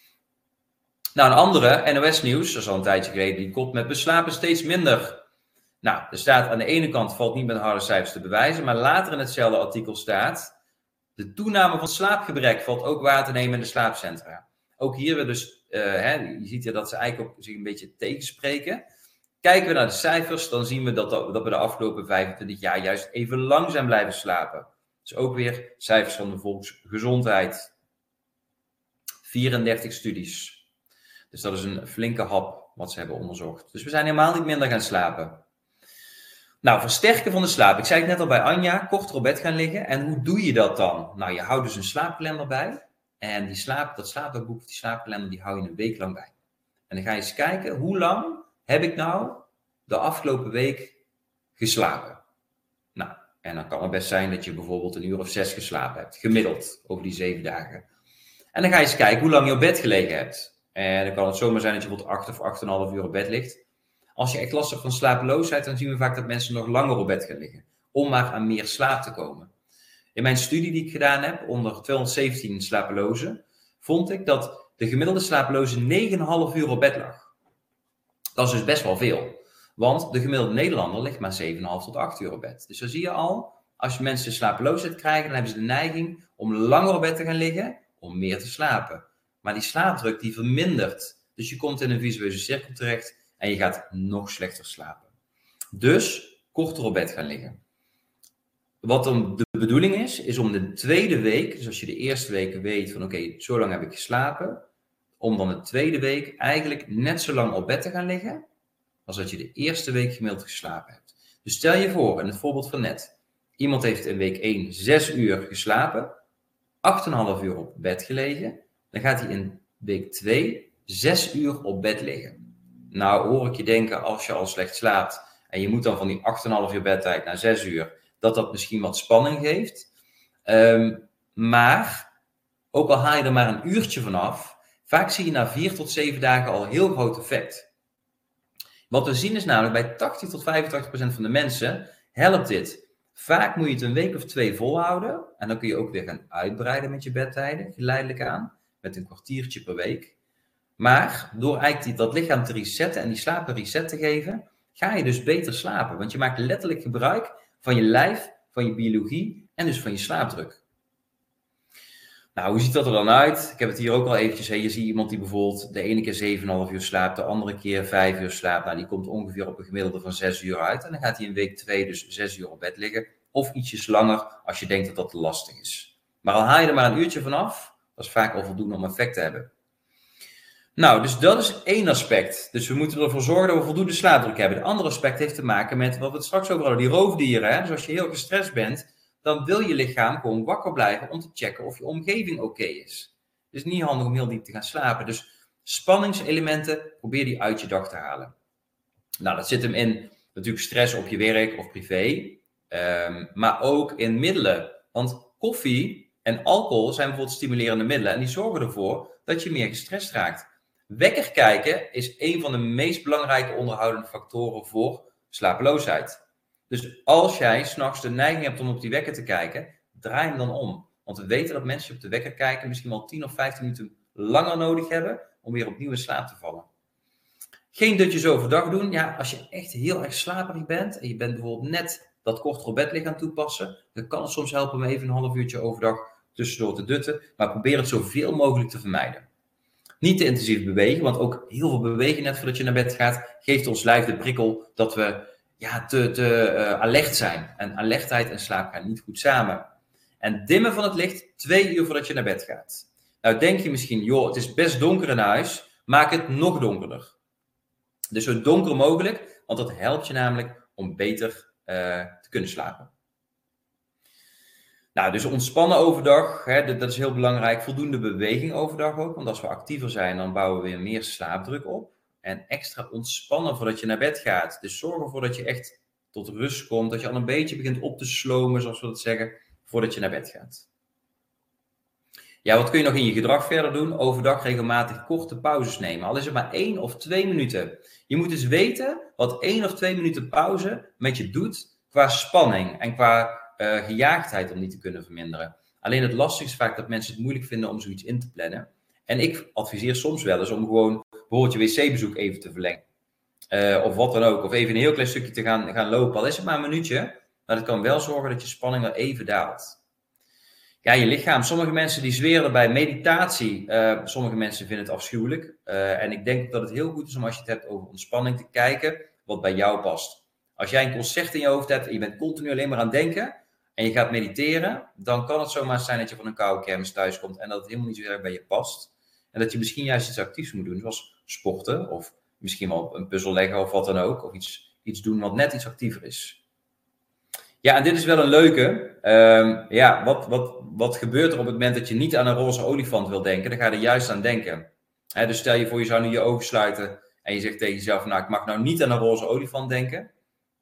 Nou, een andere, N O S-nieuws, dat is al een tijdje geleden, die komt met beslapen steeds minder. Nou, er staat aan de ene kant, valt niet met harde cijfers te bewijzen, maar later in hetzelfde artikel staat, de toename van slaapgebrek valt ook waar te nemen in de slaapcentra. Ook hier weer dus, uh, hè, je ziet hier dat ze eigenlijk ook zich een beetje tegenspreken. Kijken we naar de cijfers, dan zien we dat, dat we de afgelopen vijfentwintig jaar juist even lang zijn blijven slapen. Dus ook weer cijfers van de volksgezondheid. vierendertig studies. Dus dat is een flinke hap wat ze hebben onderzocht. Dus we zijn helemaal niet minder gaan slapen. Nou, versterken van de slaap. Ik zei het net al bij Anja, korter op bed gaan liggen. En hoe doe je dat dan? Nou, je houdt dus een slaapkalender bij. En die slaap, dat slaapboek, die slaapkalender, die hou je een week lang bij. En dan ga je eens kijken, hoe lang heb ik nou de afgelopen week geslapen? Nou, en dan kan het best zijn dat je bijvoorbeeld een uur of zes geslapen hebt, gemiddeld over die zeven dagen. En dan ga je eens kijken hoe lang je op bed gelegen hebt. En dan kan het zomaar zijn dat je bijvoorbeeld acht of acht en een half uur op bed ligt. Als je echt last hebt van slapeloosheid, dan zien we vaak dat mensen nog langer op bed gaan liggen. Om maar aan meer slaap te komen. In mijn studie die ik gedaan heb, onder tweehonderdzeventien slapelozen, vond ik dat de gemiddelde slapeloze negen komma vijf uur op bed lag. Dat is dus best wel veel. Want de gemiddelde Nederlander ligt maar zeven komma vijf tot acht uur op bed. Dus dan zie je al, als je mensen slapeloosheid krijgen, dan hebben ze de neiging om langer op bed te gaan liggen, om meer te slapen. Maar die slaapdruk die vermindert. Dus je komt in een visueuze cirkel terecht en je gaat nog slechter slapen. Dus korter op bed gaan liggen. Wat dan de bedoeling is, is om de tweede week, dus als je de eerste weken weet van oké, okay, zo lang heb ik geslapen, om dan de tweede week eigenlijk net zo lang op bed te gaan liggen, als dat je de eerste week gemiddeld geslapen hebt. Dus stel je voor, in het voorbeeld van net, iemand heeft in week één zes uur geslapen, acht komma vijf uur op bed gelegen, dan gaat hij in week twee zes uur op bed liggen. Nou hoor ik je denken, als je al slecht slaapt en je moet dan van die acht komma vijf uur bedtijd naar zes uur, dat dat misschien wat spanning geeft. Um, maar, ook al haal je er maar een uurtje vanaf, vaak zie je na vier tot zeven dagen al heel groot effect. Wat we zien is namelijk, bij tachtig tot vijfentachtig procent van de mensen helpt dit. Vaak moet je het een week of twee volhouden. En dan kun je ook weer gaan uitbreiden met je bedtijden, geleidelijk aan. Met een kwartiertje per week. Maar door eigenlijk dat lichaam te resetten en die slaap een reset te geven, ga je dus beter slapen. Want je maakt letterlijk gebruik van je lijf, van je biologie en dus van je slaapdruk. Nou, hoe ziet dat er dan uit? Ik heb het hier ook al eventjes. Hè. Je ziet iemand die bijvoorbeeld de ene keer zeven komma vijf uur slaapt, de andere keer vijf uur slaapt. Nou, die komt ongeveer op een gemiddelde van zes uur uit. En dan gaat hij in week twee dus zes uur op bed liggen. Of ietsjes langer als je denkt dat dat te lastig is. Maar al haal je er maar een uurtje vanaf, dat is vaak al voldoende om effect te hebben. Nou, dus dat is één aspect. Dus we moeten ervoor zorgen dat we voldoende slaapdruk hebben. Het andere aspect heeft te maken met wat we het straks over hadden, die roofdieren. Hè? Dus als je heel gestrest bent, dan wil je lichaam gewoon wakker blijven om te checken of je omgeving oké is. Het is niet handig om heel diep te gaan slapen. Dus spanningselementen, probeer die uit je dag te halen. Nou, dat zit hem in natuurlijk stress op je werk of privé. Um, maar ook in middelen. Want koffie en alcohol zijn bijvoorbeeld stimulerende middelen. En die zorgen ervoor dat je meer gestrest raakt. Wekker kijken is een van de meest belangrijke onderhoudende factoren voor slapeloosheid. Dus als jij 's nachts de neiging hebt om op die wekker te kijken, draai hem dan om. Want we weten dat mensen die op de wekker kijken misschien wel tien of vijftien minuten langer nodig hebben om weer opnieuw in slaap te vallen. Geen dutjes overdag doen. Ja, als je echt heel erg slaperig bent en je bent bijvoorbeeld net dat korter op bed liggen aan toepassen, dan kan het soms helpen om even een half uurtje overdag tussendoor te dutten. Maar probeer het zoveel mogelijk te vermijden. Niet te intensief bewegen, want ook heel veel bewegen net voordat je naar bed gaat, geeft ons lijf de prikkel dat we ja, te, te uh, alert zijn. En alertheid en slaap gaan niet goed samen. En dimmen van het licht twee uur voordat je naar bed gaat. Nou denk je misschien, joh, het is best donker in huis, maak het nog donkerder. Dus zo donker mogelijk, want dat helpt je namelijk om beter uh, te kunnen slapen. Nou, dus ontspannen overdag, hè, dat is heel belangrijk. Voldoende beweging overdag ook, want als we actiever zijn, dan bouwen we weer meer slaapdruk op. En extra ontspannen voordat je naar bed gaat. Dus zorg ervoor dat je echt tot rust komt, dat je al een beetje begint op te slomen, zoals we dat zeggen, voordat je naar bed gaat. Ja, wat kun je nog in je gedrag verder doen? Overdag regelmatig korte pauzes nemen, al is het maar één of twee minuten. Je moet dus weten wat één of twee minuten pauze met je doet qua spanning en qua uh, gejaagdheid om die te kunnen verminderen. Alleen het lastige is vaak dat mensen het moeilijk vinden om zoiets in te plannen. En ik adviseer soms wel eens om gewoon bijvoorbeeld je wc-bezoek even te verlengen. Uh, of wat dan ook. Of even een heel klein stukje te gaan, gaan lopen. Al is het maar een minuutje. Maar dat kan wel zorgen dat je spanning er even daalt. Ja, je lichaam. Sommige mensen die zweren bij meditatie. Uh, sommige mensen vinden het afschuwelijk. Uh, en ik denk dat het heel goed is om als je het hebt over ontspanning te kijken wat bij jou past. Als jij een concert in je hoofd hebt en je bent continu alleen maar aan het denken en je gaat mediteren, dan kan het zomaar zijn dat je van een koude kermis thuis komt en dat het helemaal niet zo erg bij je past. En dat je misschien juist iets actiefs moet doen, zoals sporten of misschien wel een puzzel leggen of wat dan ook. Of iets, iets doen wat net iets actiever is. Ja, en dit is wel een leuke. Um, ja, wat, wat, wat gebeurt er op het moment dat je niet aan een roze olifant wil denken? Dan ga je er juist aan denken. He, dus stel je voor, je zou nu je ogen sluiten en je zegt tegen jezelf, nou, ik mag nou niet aan een roze olifant denken.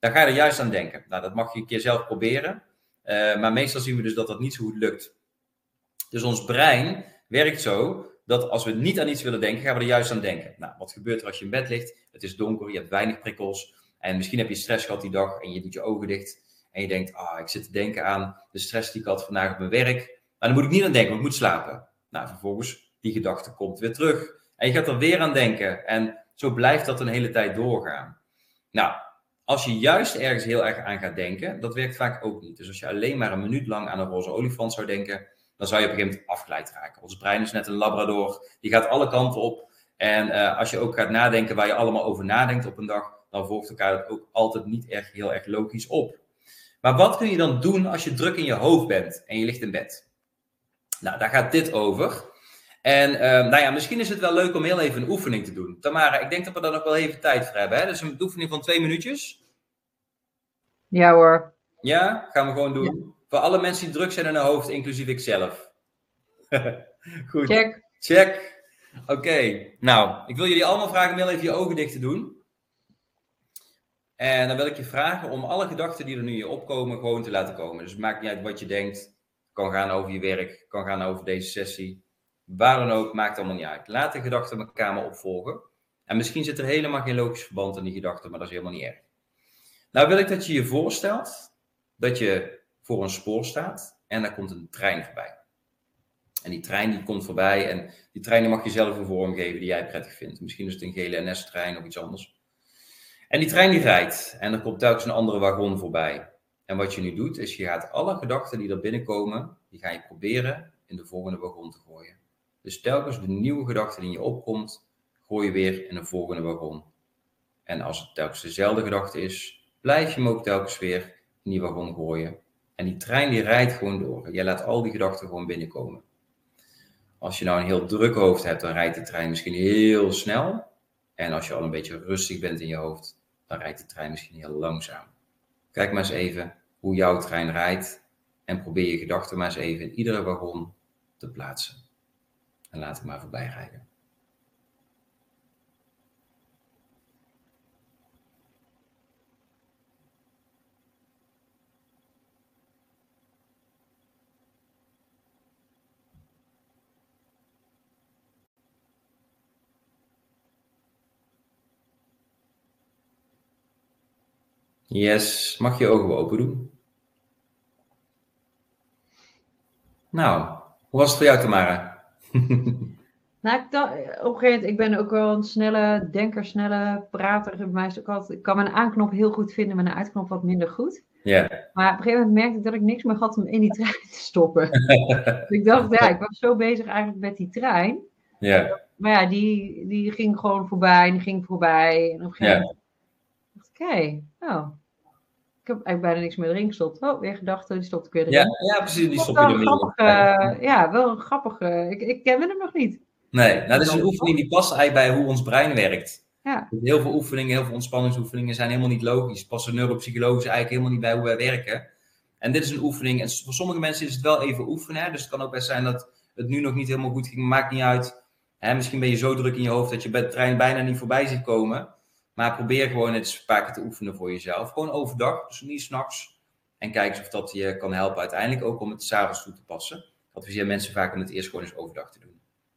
dan ga je er juist aan denken. Nou, dat mag je een keer zelf proberen. Uh, maar meestal zien we dus dat dat niet zo goed lukt. Dus ons brein werkt zo dat als we niet aan iets willen denken, gaan we er juist aan denken. Nou, wat gebeurt er als je in bed ligt? Het is donker, je hebt weinig prikkels. En misschien heb je stress gehad die dag en je doet je ogen dicht. En je denkt, ah, ik zit te denken aan de stress die ik had vandaag op mijn werk. Maar dan moet ik niet aan denken, want ik moet slapen. Nou, vervolgens, die gedachte komt weer terug. En je gaat er weer aan denken. En zo blijft dat een hele tijd doorgaan. Nou, als je juist ergens heel erg aan gaat denken, dat werkt vaak ook niet. Dus als je alleen maar een minuut lang aan een roze olifant zou denken, dan zou je op een gegeven moment afgeleid raken. Ons brein is net een labrador, die gaat alle kanten op. En uh, als je ook gaat nadenken waar je allemaal over nadenkt op een dag, dan volgt elkaar dat ook altijd niet echt heel erg logisch op. Maar wat kun je dan doen als je druk in je hoofd bent en je ligt in bed? Nou, daar gaat dit over. En uh, nou ja, misschien is het wel leuk om heel even een oefening te doen. Tamara, ik denk dat we daar nog wel even tijd voor hebben. Hè? Dus een oefening van twee minuutjes. Ja hoor. Ja, gaan we gewoon doen. Ja. Voor alle mensen die druk zijn in hun hoofd, inclusief ikzelf. Goed. Check. Check. Oké. Okay. Nou, ik wil jullie allemaal vragen om heel even je ogen dicht te doen. En dan wil ik je vragen om alle gedachten die er nu in je opkomen, gewoon te laten komen. Dus het maakt niet uit wat je denkt. Kan gaan over je werk, kan gaan over deze sessie. Waar dan ook, maakt allemaal niet uit. Laat de gedachten elkaar maar opvolgen. En misschien zit er helemaal geen logisch verband in die gedachten, maar dat is helemaal niet erg. Nou wil ik dat je je voorstelt dat je voor een spoor staat en daar komt een trein voorbij. En die trein die komt voorbij en die trein die mag je zelf een vorm geven die jij prettig vindt. Misschien is het een gele N S-trein of iets anders. En die trein die rijdt en er komt telkens een andere wagon voorbij. En wat je nu doet is je gaat alle gedachten die er binnenkomen, die ga je proberen in de volgende wagon te gooien. Dus telkens de nieuwe gedachte die in je opkomt, gooi je weer in de volgende wagon. En als het telkens dezelfde gedachte is, blijf je hem ook telkens weer in die wagon gooien. En die trein die rijdt gewoon door. Jij laat al die gedachten gewoon binnenkomen. Als je nou een heel druk hoofd hebt, dan rijdt die trein misschien heel snel. En als je al een beetje rustig bent in je hoofd, dan rijdt de trein misschien heel langzaam. Kijk maar eens even hoe jouw trein rijdt. En probeer je gedachten maar eens even in iedere wagon te plaatsen. En laat het maar voorbij rijden. Yes, mag je je ogen wel open doen? Nou, hoe was het voor jou, Tamara? Nou, ik, dacht, op een gegeven moment, ik ben ook wel een snelle denker, snelle prater. Bij mij is ook altijd, ik kan mijn aanknop heel goed vinden, maar een uitknop wat minder goed. Ja. Yeah. Maar op een gegeven moment merkte ik dat ik niks meer had om in die trein te stoppen. Dus ik dacht, ja, ik was zo bezig eigenlijk met die trein. Ja. Yeah. Maar ja, die, die ging gewoon voorbij en die ging voorbij. En op een gegeven moment yeah. dacht ik, oké, okay, oh. Ik heb eigenlijk bijna niks meer erin gestopt. Oh, weer gedachten, die stopte ik weer erin. Ja, ja precies, die stop je er grappig, uh, Ja, wel een grappige. Ik, ik ken hem nog niet. Nee, nou, dat is een oefening die past eigenlijk bij hoe ons brein werkt. Ja. Heel veel oefeningen, heel veel ontspanningsoefeningen zijn helemaal niet logisch. Passen neuropsychologisch eigenlijk helemaal niet bij hoe wij werken. En dit is een oefening. En voor sommige mensen is het wel even oefenen. Hè? Dus het kan ook best zijn dat het nu nog niet helemaal goed ging. Maakt niet uit. Hè? Misschien ben je zo druk in je hoofd dat je bij de trein bijna niet voorbij ziet komen. Maar probeer gewoon eens een paar keer te oefenen voor jezelf. Gewoon overdag, dus niet 's nachts. En kijk eens of dat je kan helpen uiteindelijk ook om het 's avonds toe te passen. Ik adviseer mensen vaak om het eerst gewoon eens overdag te doen.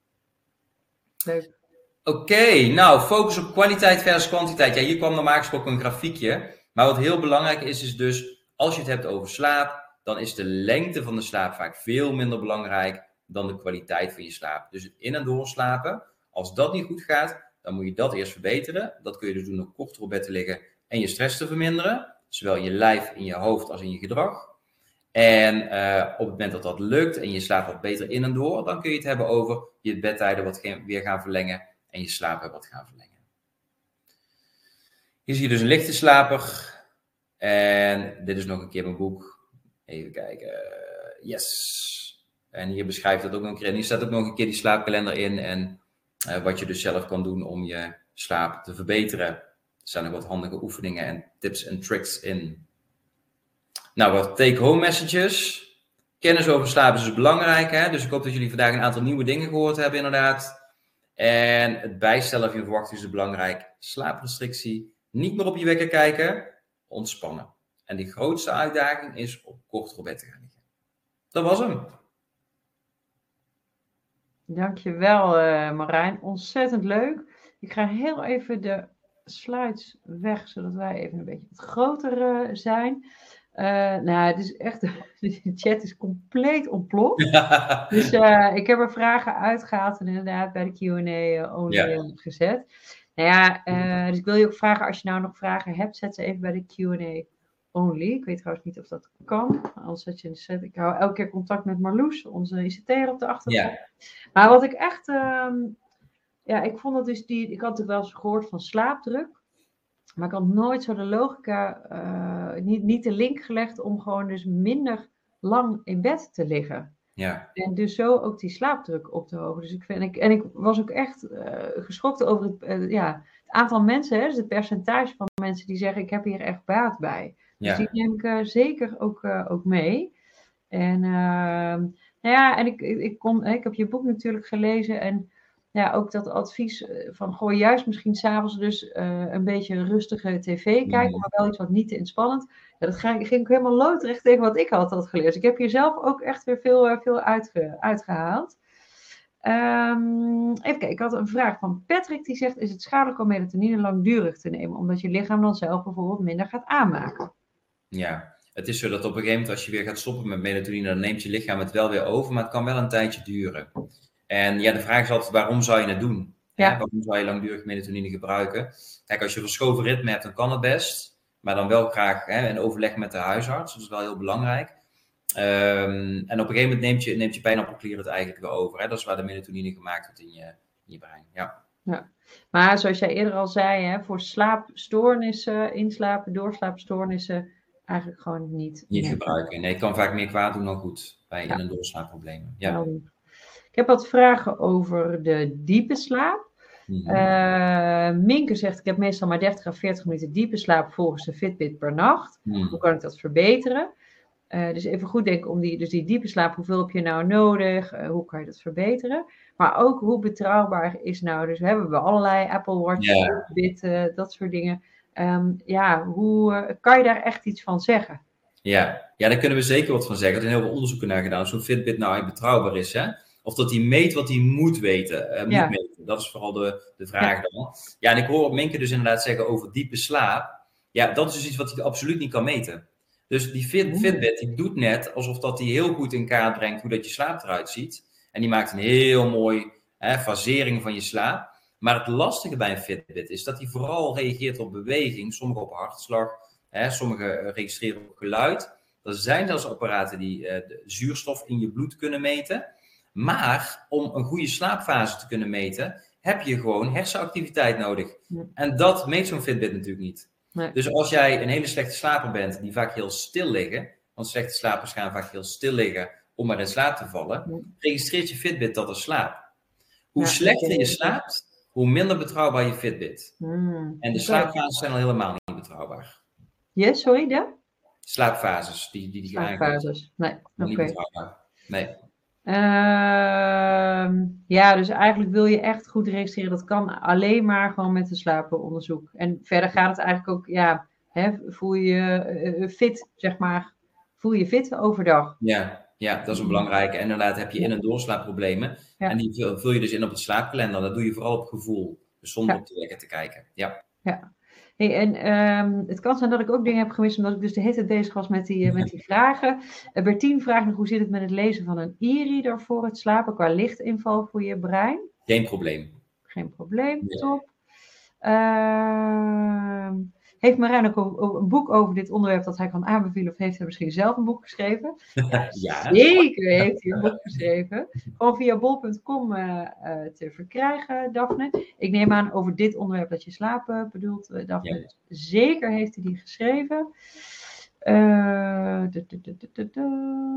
Leuk. Oké, okay, nou, focus op kwaliteit versus kwantiteit. Ja, hier kwam normaal gesproken een grafiekje. Maar wat heel belangrijk is, is dus, als je het hebt over slaap, dan is de lengte van de slaap vaak veel minder belangrijk dan de kwaliteit van je slaap. Dus het in- en doorslapen, als dat niet goed gaat, dan moet je dat eerst verbeteren. Dat kun je dus doen door korter op bed te liggen en je stress te verminderen. Zowel in je lijf, in je hoofd als in je gedrag. En uh, op het moment dat dat lukt en je slaapt wat beter in en door, dan kun je het hebben over je bedtijden wat weer gaan verlengen en je slaap wat gaan verlengen. Hier zie je dus een lichte slaper. En dit is nog een keer mijn boek. Even kijken. Yes. En hier beschrijft het ook nog een keer. En hier staat ook nog een keer die slaapkalender in. En uh, wat je dus zelf kan doen om je slaap te verbeteren. Er staan nog wat handige oefeningen en tips en tricks in. Nou, wat take-home messages. Kennis over slaap is dus belangrijk. Hè? Dus ik hoop dat jullie vandaag een aantal nieuwe dingen gehoord hebben inderdaad. En het bijstellen van je verwachting is belangrijk. Slaaprestrictie. Niet meer op je wekker kijken. ontspannen. En die grootste uitdaging is op kortere bed te gaan liggen. Dat was hem. Dankjewel uh, Marijn, ontzettend leuk. Ik ga heel even de slides weg, zodat wij even een beetje wat groter uh, zijn. Uh, nou, het is echt, de chat is compleet ontploft. Dus uh, ik heb er vragen uitgehaald en inderdaad bij de Q en A only ja. gezet. Nou ja, uh, dus ik wil je ook vragen, als je nou nog vragen hebt, zet ze even bij de Q en A only. Ik weet trouwens niet of dat kan, anders zet je in de set. Ik hou elke keer contact met Marloes, onze I C T'er op de achtergrond. Ja. Maar wat ik echt, um, ja, ik vond dat dus die, ik had het wel eens gehoord van slaapdruk. Maar ik had nooit zo de logica, uh, niet, niet de link gelegd om gewoon dus minder lang in bed te liggen. Ja. En dus zo ook die slaapdruk op te hogen. Dus ik vind, ik, en ik was ook echt uh, geschrokken over het, uh, ja, het aantal mensen, hè, dus het percentage van mensen die zeggen ik heb hier echt baat bij. Dus ja. die neem ik uh, zeker ook, uh, ook mee. En, uh, nou ja, en ik, ik, ik, kon, ik heb je boek natuurlijk gelezen en ja, ook dat advies van gooi juist misschien s'avonds dus uh, een beetje rustige tv kijken, mm. maar wel iets wat niet te inspannend. Ja, dat ging, ging ik helemaal loodrecht tegen wat ik altijd had geleerd. Dus ik heb hier zelf ook echt weer veel, uh, veel uitge, uitgehaald. Um, even kijken, ik had een vraag van Patrick die zegt, is het schadelijk om melatonine langdurig te nemen, omdat je lichaam dan zelf bijvoorbeeld minder gaat aanmaken? Ja, het is zo dat op een gegeven moment als je weer gaat stoppen met melatonine, dan neemt je lichaam het wel weer over, maar het kan wel een tijdje duren. En ja, de vraag is altijd, waarom zou je het doen? Ja. Hè? Waarom zou je langdurig melatonine gebruiken? Kijk, als je een verschoven ritme hebt, dan kan het best. Maar dan wel graag hè, in overleg met de huisarts. Dat is wel heel belangrijk. Um, en op een gegeven moment neemt je, neemt je pijnappelklier het eigenlijk weer over. Hè? Dat is waar de melatonine gemaakt wordt in je, in je brein. Ja. Ja. Maar zoals jij eerder al zei, hè, voor slaapstoornissen, inslapen, doorslaapstoornissen, eigenlijk gewoon niet. Niet gebruiken. Nee, het kan vaak meer kwaad doen dan goed bij ja. in- en doorslaapproblemen. Ja. Nou, ik heb wat vragen over de diepe slaap. Mm-hmm. Uh, Minke zegt, ik heb meestal maar dertig à veertig minuten diepe slaap volgens de Fitbit per nacht. Mm. Hoe kan ik dat verbeteren? Uh, dus even goed denken om die, dus die diepe slaap, hoeveel heb je nou nodig? Uh, hoe kan je dat verbeteren? Maar ook hoe betrouwbaar is nou, dus we hebben we allerlei Apple Watch, yeah. Fitbit, uh, dat soort dingen. Um, ja, hoe uh, kan je daar echt iets van zeggen? Ja. ja, daar kunnen we zeker wat van zeggen. Er zijn heel veel onderzoeken naar gedaan, of zo'n Fitbit nou eigenlijk betrouwbaar is, hè? Of dat hij meet wat hij moet weten, uh, moet ja. meten. Dat is vooral de, de vraag ja. dan. Ja, en ik hoor Minke dus inderdaad zeggen over diepe slaap. Ja, dat is dus iets wat hij absoluut niet kan meten. Dus die Fit, Fitbit, die doet net alsof dat hij heel goed in kaart brengt hoe dat je slaap eruit ziet. En die maakt een heel mooi hè, fasering van je slaap. Maar het lastige bij een Fitbit is dat hij vooral reageert op beweging, sommige op hartslag, hè, sommige registreren op geluid. Er zijn zelfs apparaten die uh, de zuurstof in je bloed kunnen meten. Maar om een goede slaapfase te kunnen meten, heb je gewoon hersenactiviteit nodig. Ja. En dat meet zo'n Fitbit natuurlijk niet. Nee. Dus als jij een hele slechte slaper bent, die vaak heel stil liggen, want slechte slapers gaan vaak heel stil liggen om maar in slaap te vallen, ja. registreert je Fitbit dat er slaap. Hoe ja, slechter je slaapt, hoe minder betrouwbaar je Fitbit. Hmm. En de slaapfases zijn al helemaal niet betrouwbaar. Ja, yes, sorry, de? Slaapfases. Die, die, die slaapfases, nee. Oké. Niet betrouwbaar. Nee. Uh, ja, dus eigenlijk wil je echt goed registreren. Dat kan alleen maar gewoon met een slaaponderzoek. En verder gaat het eigenlijk ook, ja, hè, voel je je uh, fit, zeg maar. Voel je fit overdag. Ja, ja, dat is een belangrijke. En inderdaad heb je in- en doorslaapproblemen. Ja. En die vul, vul je dus in op het slaapkalender. Dat doe je vooral op gevoel. Dus zonder ja. op de wekker te kijken. Ja. Ja. Hey, en um, het kan zijn dat ik ook dingen heb gemist, omdat ik dus de hele tijd bezig was met die, uh, met die vragen. Uh, Bertien vraagt nog, hoe zit het met het lezen van een e-reader voor het slapen, qua lichtinval voor je brein? Geen probleem. Geen probleem, ja. Top. Uh, heeft Marijn ook een boek over dit onderwerp dat hij kan aanbevelen, of heeft hij misschien zelf een boek geschreven? Ja, ja. Zeker heeft hij een boek geschreven. Gewoon via bol punt com uh, uh, te verkrijgen, Daphne. Ik neem aan over dit onderwerp dat je slapen bedoelt, uh, Daphne. Ja. Zeker heeft hij die geschreven. Uh, du, du, du, du, du.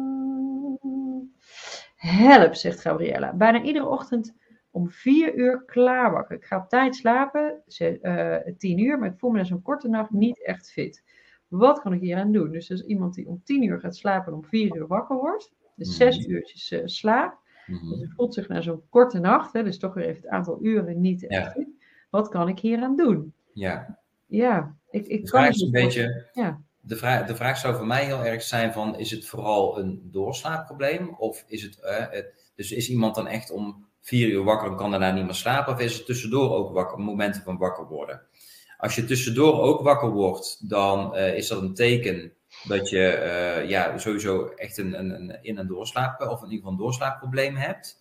Help, zegt Gabriella. Bijna iedere ochtend om vier uur klaarwakker. Ik ga op tijd slapen, uh, tien uur, maar ik voel me na zo'n korte nacht niet echt fit. Wat kan ik hier aan doen? Dus er is iemand die om tien uur gaat slapen en om vier uur wakker wordt. Dus mm-hmm. zes uurtjes uh, slaap. Mm-hmm. Dus het voelt zich na zo'n korte nacht, hè, dus toch weer even het aantal uren niet echt ja. fit. Wat kan ik hier aan doen? Ja. Ja, Ik, ik De kan vraag het is een niet beetje, ja. de vraag, de vraag zou voor mij heel erg zijn van, is het vooral een doorslaapprobleem? Of is het, uh, het dus is iemand dan echt om vier uur wakker en kan daarna niet meer slapen? Of is het tussendoor ook wakker, momenten van wakker worden? Als je tussendoor ook wakker wordt, dan uh, is dat een teken dat je uh, ja, sowieso echt een, een, een in- en doorslaap, of in ieder geval een doorslaapprobleem hebt.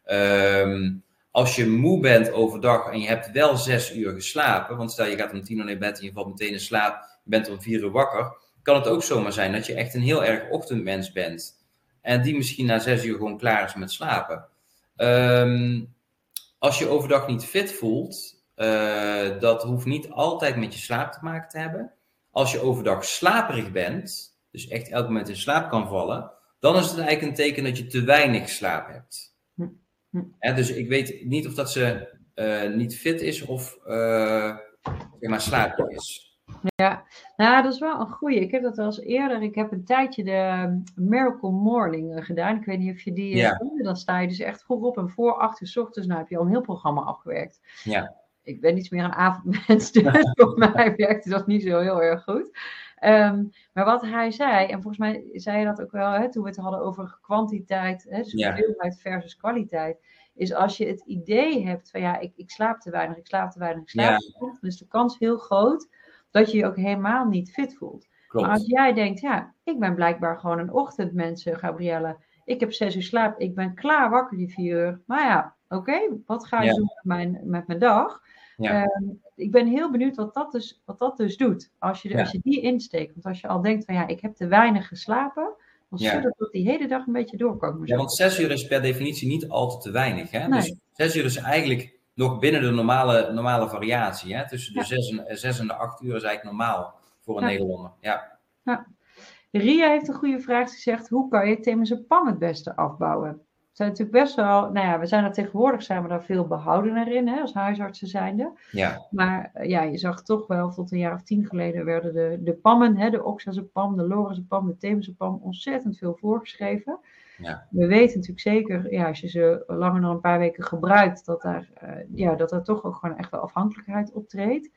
Um, als je moe bent overdag en je hebt wel zes uur geslapen, want stel je gaat om tien uur naar bed en je valt meteen in slaap, je bent om vier uur wakker, kan het ook zomaar zijn dat je echt een heel erg ochtendmens bent. En die misschien na zes uur gewoon klaar is met slapen. Um, als je overdag niet fit voelt, uh, dat hoeft niet altijd met je slaap te maken te hebben. Als je overdag slaperig bent, dus echt elk moment in slaap kan vallen, dan is het eigenlijk een teken dat je te weinig slaap hebt. Hm. Hm. Hè, dus ik weet niet of dat ze uh, niet fit is of uh, zeg maar slaperig is. Ja, nou dat is wel een goeie. Ik heb dat wel eens eerder. Ik heb een tijdje de Miracle Morning gedaan. Ik weet niet of je die ja. kende. Dan sta je dus echt vroeg op en voor acht uur 's ochtends. Nou heb je al een heel programma afgewerkt. Ja. Ik ben niet meer een avondmens, dus voor mij werkte dat niet zo heel erg goed. Um, maar wat hij zei, en volgens mij zei je dat ook wel, hè, toen we het hadden over kwantiteit, hè, dus hoeveelheid ja. versus kwaliteit, is als je het idee hebt van ja, ik, ik slaap te weinig, ik slaap te weinig, ik slaap te weinig, dan is de kans heel groot dat je je ook helemaal niet fit voelt. Klopt. Maar als jij denkt, ja, ik ben blijkbaar gewoon een ochtendmens, Gabrielle, ik heb zes uur slaap, ik ben klaar wakker die vier uur, maar ja, oké, okay, wat ga je ja. doen met mijn, met mijn dag? Ja. Um, ik ben heel benieuwd wat dat dus, wat dat dus doet. Als je, ja. als je die insteekt. Want als je al denkt van ja, ik heb te weinig geslapen. Dan ja. zullen dat die hele dag een beetje doorkomen. Ja, want zes uur is per definitie niet altijd te weinig. Hè? Nee. Dus zes uur is eigenlijk nog binnen de normale, normale variatie. Hè? Tussen de ja. zes, en, zes en de acht uur is eigenlijk normaal voor een ja. Nederlander. Ja. Ja. Ria heeft een goede vraag. Ze zegt, hoe kan je temazepam het beste afbouwen? We zijn natuurlijk best wel, nou ja, we zijn er tegenwoordig zijn we daar veel behoudener in, hè, als huisartsen zijnde. Ja. Maar ja, je zag toch wel, tot een jaar of tien geleden werden de, de pammen, hè, de oxazepam, de lorazepam, de temazepam, ontzettend veel voorgeschreven. Ja. We weten natuurlijk zeker, ja, als je ze langer dan een paar weken gebruikt, dat daar, uh, ja, dat er toch ook gewoon echt wel afhankelijkheid optreedt.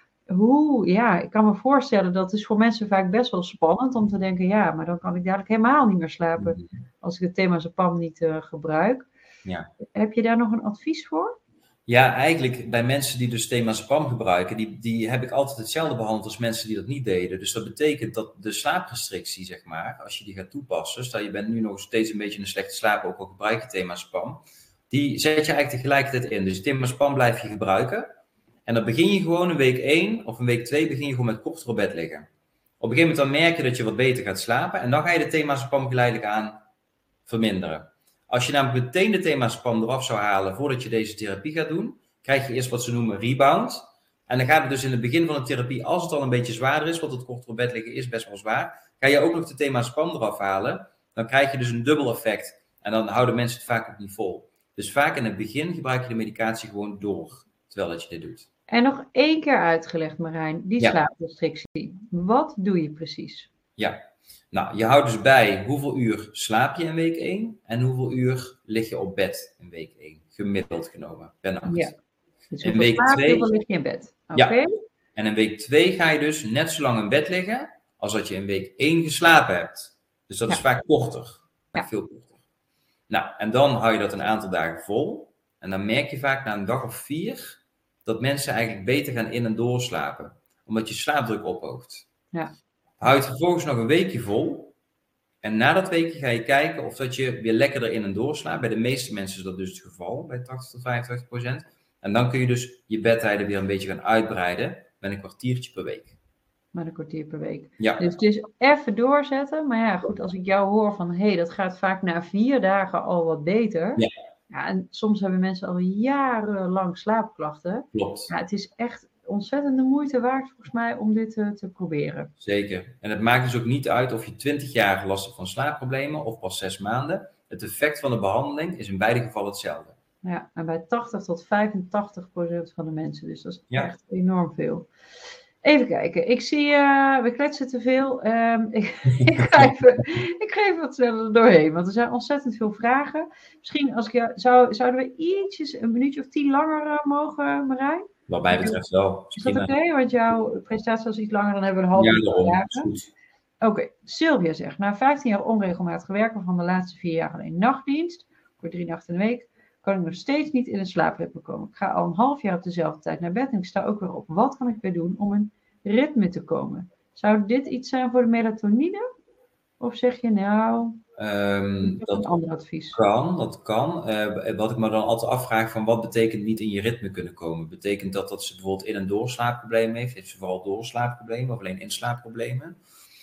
Hoe, ja, ik kan me voorstellen dat is voor mensen vaak best wel spannend om te denken, ja, maar dan kan ik dadelijk helemaal niet meer slapen als ik het temazepam niet uh, gebruik. Ja. Heb je daar nog een advies voor? Ja, eigenlijk bij mensen die dus temazepam gebruiken, die, die heb ik altijd hetzelfde behandeld als mensen die dat niet deden. Dus dat betekent dat de slaaprestrictie, zeg maar, als je die gaat toepassen, stel je bent nu nog steeds een beetje in een slechte slaap, ook al gebruik je temazepam, die zet je eigenlijk tegelijkertijd in. Dus temazepam blijf je gebruiken. En dan begin je gewoon een week één of een week twee begin je gewoon met korter op bed liggen. Op een gegeven moment dan merk je dat je wat beter gaat slapen en dan ga je de temazepam geleidelijk aan verminderen. Als je namelijk meteen de temazepam eraf zou halen voordat je deze therapie gaat doen, krijg je eerst wat ze noemen rebound. En dan gaat het dus in het begin van de therapie, als het al een beetje zwaarder is, want het korter op bed liggen is best wel zwaar, ga je ook nog de temazepam eraf halen. Dan krijg je dus een dubbel effect. En dan houden mensen het vaak ook niet vol. Dus vaak in het begin gebruik je de medicatie gewoon door, terwijl dat je dit doet. En nog één keer uitgelegd, Marijn, die ja. slaaprestrictie. Wat doe je precies? Ja, nou, je houdt dus bij hoeveel uur slaap je in week één en hoeveel uur lig je op bed in week één, gemiddeld genomen, per nacht. Ja, dus in week slaap, twee, hoeveel lig je in bed? Okay. Ja, en in week twee ga je dus net zo lang in bed liggen als dat je in week één geslapen hebt. Dus dat ja. is vaak korter, vaak ja. veel korter. Nou, en dan hou je dat een aantal dagen vol en dan merk je vaak na een dag of vier dat mensen eigenlijk beter gaan in- en doorslapen. Omdat je slaapdruk ophoogt. Ja. Houd het vervolgens nog een weekje vol. En na dat weekje ga je kijken of dat je weer lekkerder in- en doorslaapt. Bij de meeste mensen is dat dus het geval. Bij tachtig tot vijfentachtig procent. En dan kun je dus je bedtijden weer een beetje gaan uitbreiden. Met een kwartiertje per week. Met een kwartier per week. Ja. Dus het is even doorzetten. Maar ja, goed, als ik jou hoor van... hé, hey, dat gaat vaak na vier dagen al wat beter. Ja. Ja, en soms hebben mensen al jarenlang slaapklachten. Klopt. Ja, het is echt ontzettend de moeite waard volgens mij om dit uh, te proberen. Zeker. En het maakt dus ook niet uit of je twintig jaar last hebt van slaapproblemen of pas zes maanden. Het effect van de behandeling is in beide gevallen hetzelfde. Ja, en bij tachtig tot vijfentachtig procent van de mensen. Dus dat is ja. echt enorm veel. Even kijken. Ik zie, uh, we kletsen te veel. Um, ik, ik, ga even, ik ga even wat sneller doorheen, want er zijn ontzettend veel vragen. Misschien als ik jou, zou, zouden we ietsjes, een minuutje of tien langer uh, mogen, Marijn? Wat mij betreft wel. Is dat oké? Okay? Want jouw presentatie was iets langer, dan hebben we een half uur. Ja, daarom. Is goed. Oké, okay. Sylvia zegt, na vijftien jaar onregelmatig werken van de laatste vier jaar alleen nachtdienst, voor drie nachten in de week, kan ik nog steeds niet in een slaapritme komen. Ik ga al een half jaar op dezelfde tijd naar bed en ik sta ook weer op. Wat kan ik weer doen om een ritme te komen? Zou dit iets zijn voor de melatonine? Of zeg je nou, um, dat een ander advies? Kan, dat kan. Uh, wat ik me dan altijd afvraag van wat betekent niet in je ritme kunnen komen? Betekent dat dat ze bijvoorbeeld in- en doorslaapprobleem heeft? Heeft ze vooral doorslaapproblemen of alleen inslaapproblemen?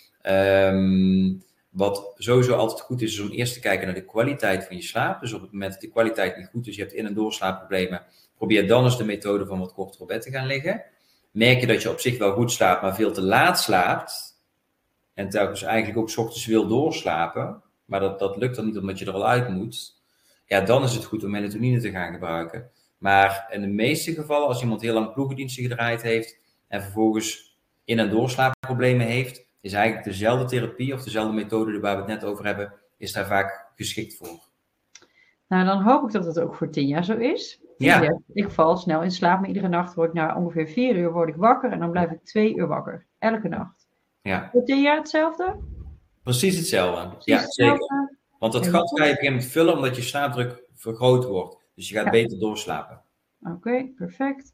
Um, wat sowieso altijd goed is, is om eerst te kijken naar de kwaliteit van je slaap. Dus op het moment dat de kwaliteit niet goed is, je hebt in- en doorslaapproblemen, probeer dan eens de methode van wat korter op bed te gaan liggen. Merk je dat je op zich wel goed slaapt, maar veel te laat slaapt, en telkens eigenlijk ook 's ochtends wil doorslapen, maar dat, dat lukt dan niet omdat je er al uit moet, ja, dan is het goed om melatonine te gaan gebruiken. Maar in de meeste gevallen, als iemand heel lang ploegendiensten gedraaid heeft en vervolgens in- en doorslaapproblemen heeft, is eigenlijk dezelfde therapie of dezelfde methode waar we het net over hebben, is daar vaak geschikt voor. Nou, dan hoop ik dat het ook voor Tinja zo is. Ja. Ja. Ik val snel in slaap, maar iedere nacht word ik na ongeveer vier uur word ik wakker en dan blijf ik twee uur wakker. Elke nacht. Ja. Voor Tinja hetzelfde? Precies hetzelfde. Precies ja, hetzelfde. Zeker. Want dat gat ga je op een gegeven moment vullen omdat je slaapdruk vergroot wordt. Dus je gaat ja. beter doorslapen. Oké, okay, perfect.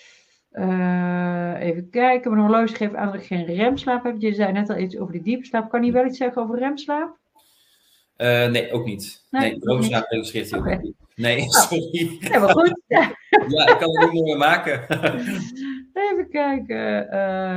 Uh, even kijken. Mijn horloge geeft aan dat ik geen remslaap heb. Je zei net al iets over die diepe slaap. Kan je wel iets zeggen over remslaap? Uh, nee, ook niet. Nee, nee droomslaap registreert hij okay. ook niet. Nee, oh. sorry. Ja, maar goed. ja, ik kan het niet meer maken. Even kijken.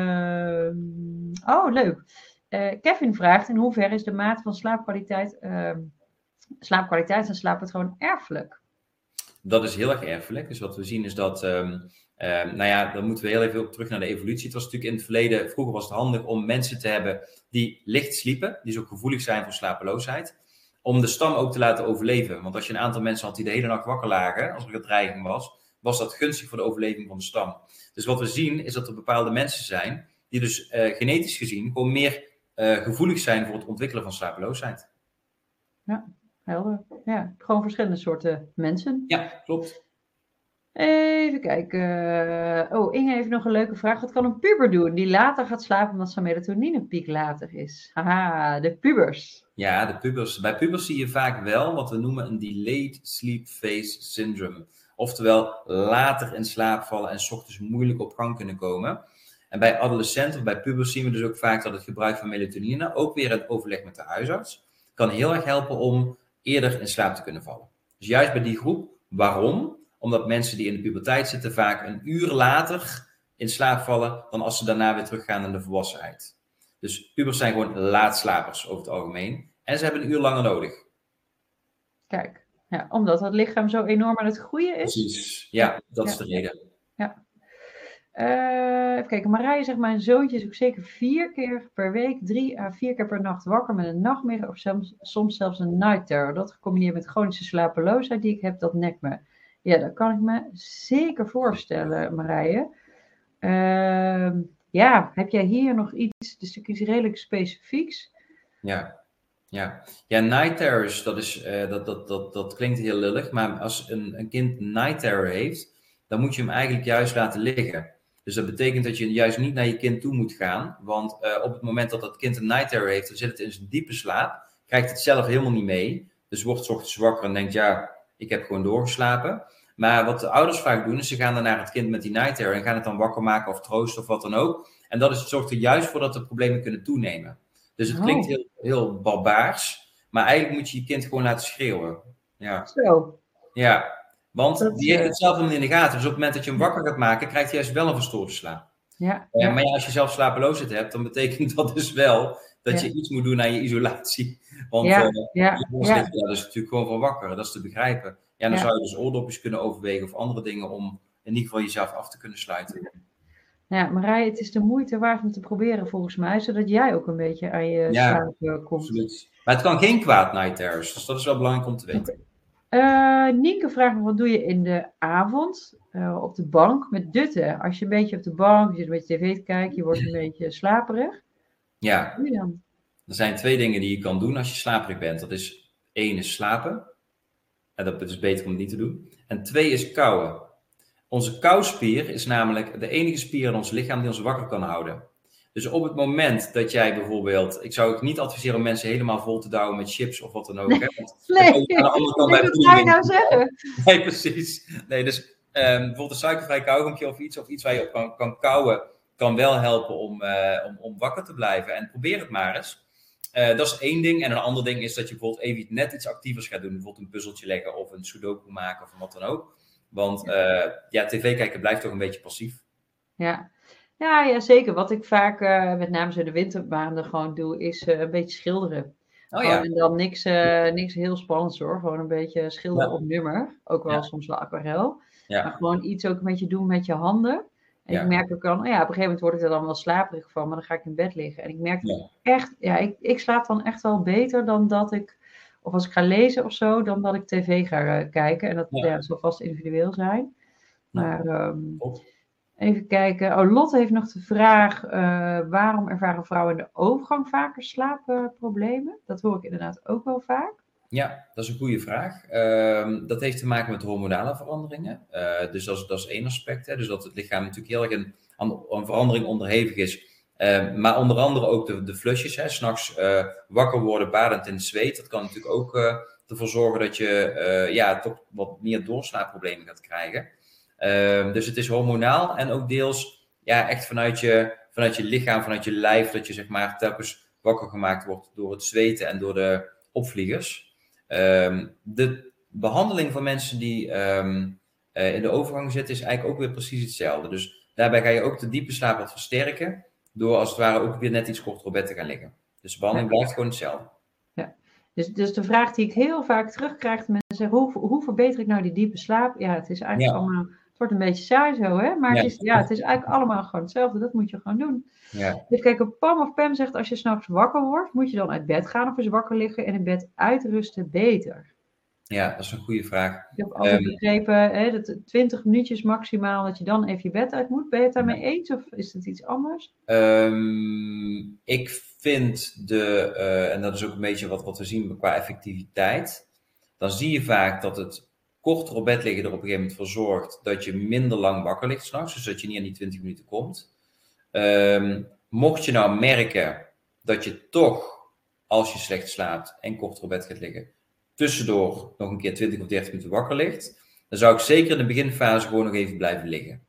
Uh, oh, leuk. Uh, Kevin vraagt, in hoeverre is de mate van slaapkwaliteit, uh, slaapkwaliteit en slaappatroon erfelijk? Dat is heel erg erfelijk. Dus wat we zien is dat, um, uh, nou ja, dan moeten we heel even op terug naar de evolutie. Het was natuurlijk in het verleden, vroeger was het handig om mensen te hebben die licht sliepen, die zo gevoelig zijn voor slapeloosheid, om de stam ook te laten overleven. Want als je een aantal mensen had die de hele nacht wakker lagen, als er een dreiging was, was dat gunstig voor de overleving van de stam. Dus wat we zien is dat er bepaalde mensen zijn die dus uh, genetisch gezien gewoon meer uh, gevoelig zijn voor het ontwikkelen van slapeloosheid. Ja. Helder. Ja, gewoon verschillende soorten mensen. Ja, klopt. Even kijken. Oh, Inge heeft nog een leuke vraag. Wat kan een puber doen die later gaat slapen omdat zijn melatoninepiek later is? Haha, de pubers. Ja, de pubers. Bij pubers zie je vaak wel wat we noemen een delayed sleep phase syndrome. Oftewel later in slaap vallen en 's ochtends moeilijk op gang kunnen komen. En bij adolescenten of bij pubers zien we dus ook vaak dat het gebruik van melatonine, ook weer in overleg met de huisarts, kan heel erg helpen om eerder in slaap te kunnen vallen. Dus juist bij die groep. Waarom? Omdat mensen die in de puberteit zitten vaak een uur later in slaap vallen dan als ze daarna weer teruggaan naar de volwassenheid. Dus pubers zijn gewoon laatslapers over het algemeen. En ze hebben een uur langer nodig. Kijk, ja, omdat het lichaam zo enorm aan het groeien is. Precies, ja, dat ja. is de reden. Ja. Uh, even kijken, Marije zegt, mijn zoontje is ook zeker vier keer per week, drie à vier keer per nacht wakker met een nachtmerrie of soms, soms zelfs een night terror. Dat gecombineerd met chronische slapeloosheid die ik heb, dat nekt me. Ja, dat kan ik me zeker voorstellen, Marije. Uh, ja, heb jij hier nog iets, dus iets redelijk specifieks? Ja, ja. ja night terrors, dat, is, uh, dat, dat, dat, dat klinkt heel lullig, maar als een, een kind night terror heeft, dan moet je hem eigenlijk juist laten liggen. Dus dat betekent dat je juist niet naar je kind toe moet gaan. Want uh, op het moment dat dat kind een night terror heeft, dan zit het in zijn diepe slaap. Krijgt het zelf helemaal niet mee. Dus wordt 's ochtends wakker en denkt, ja, ik heb gewoon doorgeslapen. Maar wat de ouders vaak doen, is ze gaan dan naar het kind met die night terror en gaan het dan wakker maken of troosten of wat dan ook. En dat is, zorgt er juist voor dat de problemen kunnen toenemen. Dus het klinkt heel, heel barbaars. Maar eigenlijk moet je je kind gewoon laten schreeuwen. Ja. Zo. Ja. Want dat, die heeft het zelf helemaal in de gaten. Dus op het moment dat je hem wakker gaat maken, krijgt hij juist wel een verstoorde slaap. Ja, uh, ja. Maar ja, als je zelf slapeloosheid hebt, dan betekent dat dus wel dat ja. je iets moet doen aan je isolatie. Want ja, uh, ja, je borst ligt daar dus natuurlijk gewoon van wakker. Dat is te begrijpen. Ja, dan ja. zou je dus oordopjes kunnen overwegen of andere dingen om in ieder geval jezelf af te kunnen sluiten. Ja, Marije, het is de moeite waard om te proberen volgens mij, zodat jij ook een beetje aan je ja, slaap uh, komt. Absoluut. Maar het kan geen kwaad night terrors, dus dat is wel belangrijk om te weten. Okay. Uh, Nienke vraagt me, wat doe je in de avond uh, op de bank met dutten? Als je een beetje op de bank, je zit een beetje tv te kijken, je wordt een beetje slaperig. Ja, wat doe je dan? Er zijn twee dingen die je kan doen als je slaperig bent. Dat is één is slapen. En dat is beter om het niet te doen. En twee is kauwen. Onze kauwspier is namelijk de enige spier in ons lichaam die ons wakker kan houden. Dus op het moment dat jij bijvoorbeeld... Ik zou het niet adviseren om mensen helemaal vol te douwen met chips of wat dan ook. Nee, Hè? Want nee. aan de andere kant bij wat ga je nou zeggen? Nee, precies. Nee, dus um, bijvoorbeeld een suikervrij kauwgompje of iets, of iets waar je op kan, kan kauwen, kan wel helpen om, uh, om, om wakker te blijven. En probeer het maar eens. Uh, dat is één ding. En een ander ding is dat je bijvoorbeeld even net iets actievers gaat doen. Bijvoorbeeld een puzzeltje leggen of een sudoku maken of wat dan ook. Want uh, ja, tv kijken blijft toch een beetje passief. Ja. Ja, ja, zeker. Wat ik vaak, uh, met name zo de wintermaanden gewoon doe, is uh, een beetje schilderen. Oh, gewoon, ja. En dan niks, uh, niks heel spannends hoor. Gewoon een beetje schilderen Ja. op nummer. Ook wel Ja. soms wel aquarel. Ja. Maar gewoon iets ook een beetje doen met je handen. En Ja. ik merk ook al, oh ja, op een gegeven moment word ik er dan wel slaperig van, maar dan ga ik in bed liggen. En ik merk Ja. echt, ja, ik, ik slaap dan echt wel beter dan dat ik, of als ik ga lezen of zo, dan dat ik tv ga uh, kijken. En dat, Ja. ja, dat zal vast individueel zijn. Maar um, Top. even kijken. Oh, Lotte heeft nog de vraag, uh, waarom ervaren vrouwen in de overgang vaker slaapproblemen? Dat hoor ik inderdaad ook wel vaak. Ja, dat is een goede vraag. Um, dat heeft te maken met hormonale veranderingen. Uh, dus dat is, dat is één aspect. Hè? Dus dat het lichaam natuurlijk heel erg een, aan een verandering onderhevig is. Uh, maar onder andere ook de, de flusjes. Hè? 's Nachts uh, wakker worden, badend in het zweet. Dat kan natuurlijk ook uh, ervoor zorgen dat je uh, ja, toch wat meer doorslaapproblemen gaat krijgen. Uh, dus het is hormonaal en ook deels ja, echt vanuit je, vanuit je lichaam, vanuit je lijf. Dat je zeg maar telkens wakker gemaakt wordt door het zweten en door de opvliegers. Um, de behandeling van mensen die um, uh, in de overgang zitten is eigenlijk ook weer precies hetzelfde. Dus daarbij ga je ook de diepe slaap wat versterken, door als het ware ook weer net iets korter op bed te gaan liggen. Dus de behandeling ja. blijft gewoon hetzelfde. Ja, dus, dus de vraag die ik heel vaak terugkrijg, mensen zeggen, hoe, hoe verbeter ik nou die diepe slaap? Ja, het is eigenlijk ja. allemaal, het wordt een beetje saai zo, hè? Maar ja. Het, is, ja, het is eigenlijk allemaal gewoon hetzelfde, dat moet je gewoon doen. Ja. Dus kijk, Pam of Pam zegt, als je 's nachts wakker wordt, moet je dan uit bed gaan of is wakker liggen en in bed uitrusten beter? Ja, dat is een goede vraag. Ik heb altijd um, begrepen, hè, dat twintig minuutjes maximaal, dat je dan even je bed uit moet. Ben je het daarmee ja. eens of is het iets anders? Um, ik vind de, uh, en dat is ook een beetje wat, wat we zien qua effectiviteit, dan zie je vaak dat het korter op bed liggen er op een gegeven moment voor zorgt dat je minder lang wakker ligt 's nachts, dus dat je niet aan die twintig minuten komt. Um, mocht je nou merken dat je toch, als je slecht slaapt en korter op bed gaat liggen, tussendoor nog een keer twintig of dertig minuten wakker ligt, dan zou ik zeker in de beginfase gewoon nog even blijven liggen.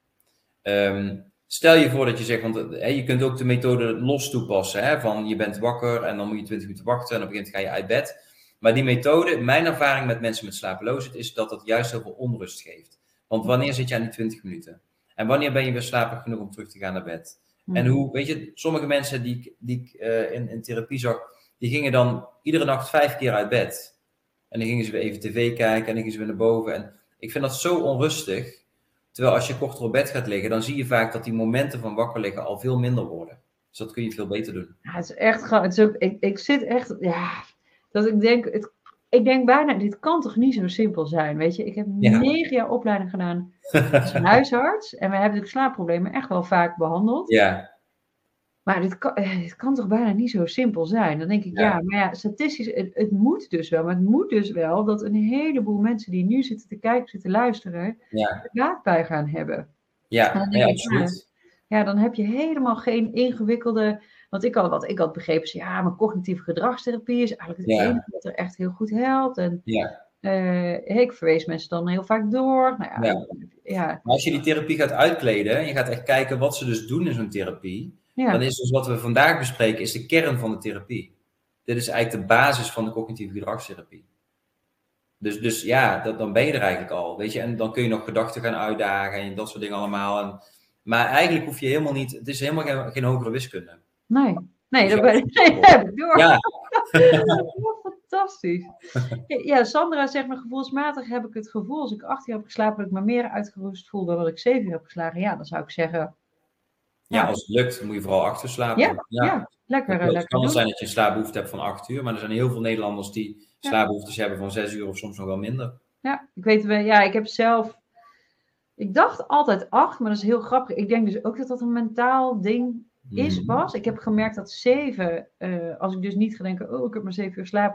Um, stel je voor dat je zegt, want he, je kunt ook de methode los toepassen, hè, van je bent wakker en dan moet je twintig minuten wachten en op een gegeven moment ga je uit bed. Maar die methode, mijn ervaring met mensen met slapeloosheid, is dat dat juist heel veel onrust geeft. Want wanneer zit je aan die twintig minuten? En wanneer ben je weer slaperig genoeg om terug te gaan naar bed? Mm. En hoe, weet je, sommige mensen die, die ik uh, in, in therapie zag, die gingen dan iedere nacht vijf keer uit bed. En dan gingen ze weer even tv kijken en dan gingen ze weer naar boven. En ik vind dat zo onrustig. Terwijl als je korter op bed gaat liggen, dan zie je vaak dat die momenten van wakker liggen al veel minder worden. Dus dat kun je veel beter doen. Ja, het is echt, het is ook, ik, ik zit echt, ja, dat ik denk, het, ik denk bijna, dit kan toch niet zo simpel zijn, weet je. Ik heb ja. negen jaar opleiding gedaan als huisarts. En we hebben de slaapproblemen echt wel vaak behandeld. Ja. Maar dit kan, dit kan toch bijna niet zo simpel zijn? Dan denk ik, ja, ja maar ja, statistisch, het, het moet dus wel. Maar het moet dus wel dat een heleboel mensen die nu zitten te kijken, zitten luisteren, ja. er baat bij gaan hebben. Ja, ja, ik, absoluut. Ja, ja, dan heb je helemaal geen ingewikkelde... Want ik had, wat ik had begrepen is, ja, maar cognitieve gedragstherapie is eigenlijk het ja. enige wat er echt heel goed helpt. En ja. uh, ik verwees mensen dan heel vaak door. Nou ja, ja. ja. Maar als je die therapie gaat uitkleden en je gaat echt kijken wat ze dus doen in zo'n therapie... Ja. Dan is dus wat we vandaag bespreken, is de kern van de therapie. Dit is eigenlijk de basis van de cognitieve gedragstherapie. Dus, dus ja, dat, dan ben je er eigenlijk al, weet je. En dan kun je nog gedachten gaan uitdagen en dat soort dingen allemaal. En, maar eigenlijk hoef je helemaal niet, het is helemaal geen, geen hogere wiskunde. Nee, nee, dus dat ben ik, nee, heb ik door. Ja. Fantastisch. Ja, Sandra zegt, maar gevoelsmatig heb ik het gevoel, als ik acht uur heb geslapen, dat ik me meer uitgerust voel dan dat ik zeven uur heb geslagen. Ja, dan zou ik zeggen... Ja, als het lukt, dan moet je vooral achter slapen. Ja, ja. ja lekker. Het kan wel zijn dat je een slaapbehoefte hebt van acht uur, maar er zijn heel veel Nederlanders die ja. slaapbehoeftes hebben van zes uur of soms nog wel minder. Ja, ik weet wel, ja, ik heb zelf, ik dacht altijd acht, maar dat is heel grappig. Ik denk dus ook dat dat een mentaal ding is, was. Ik heb gemerkt dat zeven, uh, als ik dus niet ga denken, oh, ik heb maar zeven uur slapen,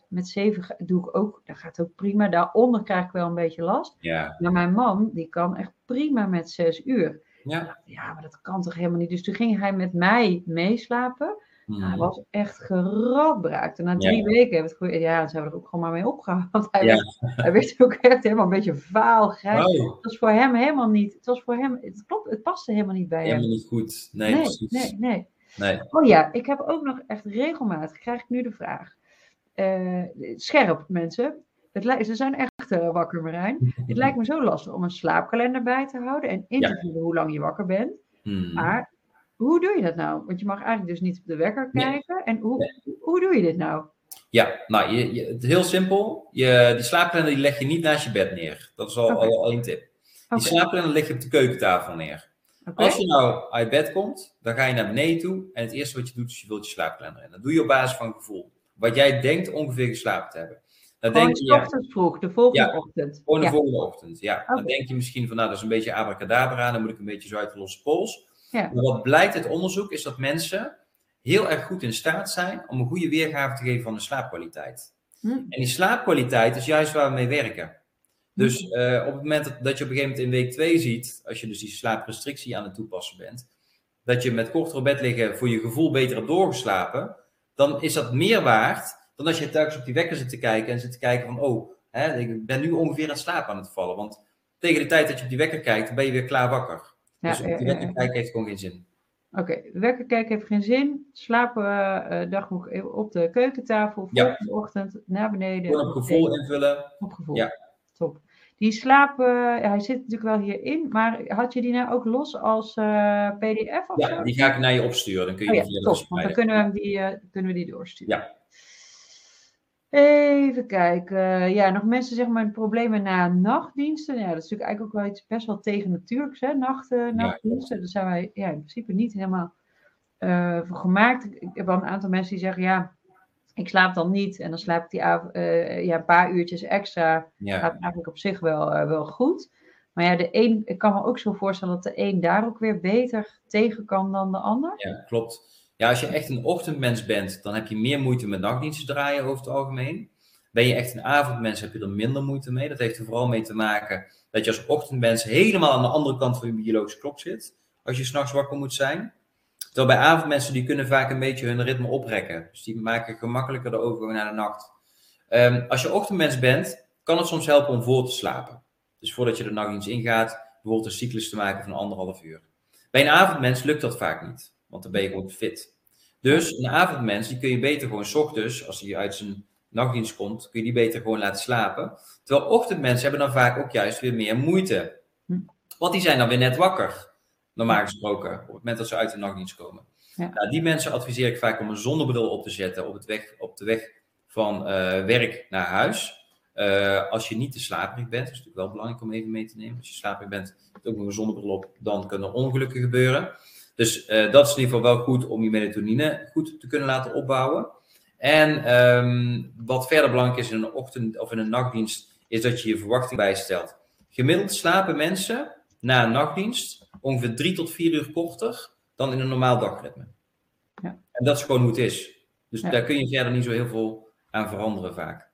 met zeven ga- doe ik ook, dat gaat ook prima. Daaronder krijg ik wel een beetje last. Ja. Maar mijn man, die kan echt prima met zes uur. Ja. Ja, maar dat kan toch helemaal niet. Dus toen ging hij met mij meeslapen. Mhm. Nou, hij was echt geradbraakt. En na drie Ja. weken hebben we het, ja, dan zijn we er ook gewoon maar mee opgehouden. Want hij, Ja. werd, hij werd ook echt helemaal een beetje vaal, grijs. Oh, Het was voor hem helemaal niet. Het was voor hem, het klopt, het paste helemaal niet bij helemaal hem. niet goed. Nee, Nee, precies. nee, nee. Nee. Oh ja, ik heb ook nog echt regelmatig, krijg ik nu de vraag. Eh, scherp, mensen. Het lijkt, ze zijn echt uh, wakker, Marijn. Het lijkt me zo lastig om een slaapkalender bij te houden en in te Ja. vullen hoe lang je wakker bent. Mhm. Maar hoe doe je dat nou? Want je mag eigenlijk dus niet op de wekker Nee. kijken. En hoe, hoe doe je dit nou? Ja, nou, je, je, het is heel simpel. Je, die slaapkalender die leg je niet naast je bed neer. Dat is al, Oké. al, al één tip. Die Oké. slaapkalender leg je op de keukentafel neer. Oké. Als je nou uit bed komt, dan ga je naar beneden toe. En het eerste wat je doet, is je vult je slaapkalender in. Dat doe je op basis van gevoel. Wat jij denkt ongeveer geslapen te hebben. Dan Gewoon denk je, 's ja, ochtends vroeg, de volgende Ja, ochtend. gewoon de Ja. volgende ochtend. Ja. Dan Oké. denk je misschien van, nou, dat is een beetje abracadabra. Dan moet ik een beetje zo uit de losse pols. Ja. Maar wat blijkt uit onderzoek, is dat mensen heel erg goed in staat zijn om een goede weergave te geven van de slaapkwaliteit. Hm. En die slaapkwaliteit is juist waar we mee werken. Dus uh, op het moment dat, dat je op een gegeven moment in week twee ziet, als je dus die slaaprestrictie aan het toepassen bent, dat je met korter op bed liggen voor je gevoel beter hebt doorgeslapen, dan is dat meer waard dan als je telkens op die wekker zit te kijken en zit te kijken van, oh, hè, ik ben nu ongeveer aan het slapen aan het vallen. Want tegen de tijd dat je op die wekker kijkt, dan ben je weer klaar wakker. Ja, dus op die ja, wekker ja. kijken heeft gewoon geen zin. Oké, okay. Wekker kijken heeft geen zin. Slapen uh, dagboek op de keukentafel. Volgende Ja. ochtend naar beneden. Gewoon op gevoel invullen. Op gevoel. Ja. Top. Die slaap, uh, hij zit natuurlijk wel hierin, maar had je die nou ook los als uh, P D F of ja, zo? Ja, die ga ik naar je opsturen. Dan kun je oh, die ja, top, want dan kunnen we, hem die, uh, kunnen we die doorsturen. Ja. Even kijken. Ja, nog mensen zeg maar problemen na nachtdiensten. Ja, dat is natuurlijk eigenlijk ook wel iets best wel tegennatuurlijks, hè? Nacht, uh, nachtdiensten. Ja. Daar zijn wij ja, in principe niet helemaal uh, voor gemaakt. Ik heb wel een aantal mensen die zeggen, ja, ik slaap dan niet. En dan slaap ik die avond, uh, ja, een paar uurtjes extra. Ja. Gaat eigenlijk op zich wel, uh, wel goed. Maar ja, de een, ik kan me ook zo voorstellen dat de een daar ook weer beter tegen kan dan de ander. Ja, klopt. Ja, als je echt een ochtendmens bent, dan heb je meer moeite met nachtdiensten draaien over het algemeen. Ben je echt een avondmens, heb je er minder moeite mee. Dat heeft er vooral mee te maken dat je als ochtendmens helemaal aan de andere kant van je biologische klok zit. Als je 's nachts wakker moet zijn. Terwijl bij avondmensen, die kunnen vaak een beetje hun ritme oprekken. Dus die maken gemakkelijker de overgang naar de nacht. Um, als je ochtendmens bent, kan het soms helpen om voor te slapen. Dus voordat je de nachtdienst ingaat, bijvoorbeeld een cyclus te maken van anderhalf uur. Bij een avondmens lukt dat vaak niet. Want dan ben je gewoon fit. Dus een avondmens, die kun je beter gewoon 's ochtends, als hij uit zijn nachtdienst komt, kun je die beter gewoon laten slapen. Terwijl ochtendmensen hebben dan vaak ook juist weer meer moeite. Want die zijn dan weer net wakker, normaal gesproken, op het moment dat ze uit de nachtdienst komen. Ja. Nou, die mensen adviseer ik vaak om een zonnebril op te zetten op, het weg, op de weg van uh, werk naar huis. Uh, als je niet te slaperig bent, dat is natuurlijk wel belangrijk om even mee te nemen. Als je slaperig bent, heb ook nog een zonnebril op, dan kunnen er ongelukken gebeuren. Dus uh, dat is in ieder geval wel goed om je melatonine goed te kunnen laten opbouwen. En um, wat verder belangrijk is in een ochtend of in een nachtdienst, is dat je je verwachting bijstelt. Gemiddeld slapen mensen na een nachtdienst ongeveer drie tot vier uur korter dan in een normaal dagritme. Ja. En dat is gewoon hoe het is. Dus ja. Daar kun je verder niet zo heel veel aan veranderen vaak.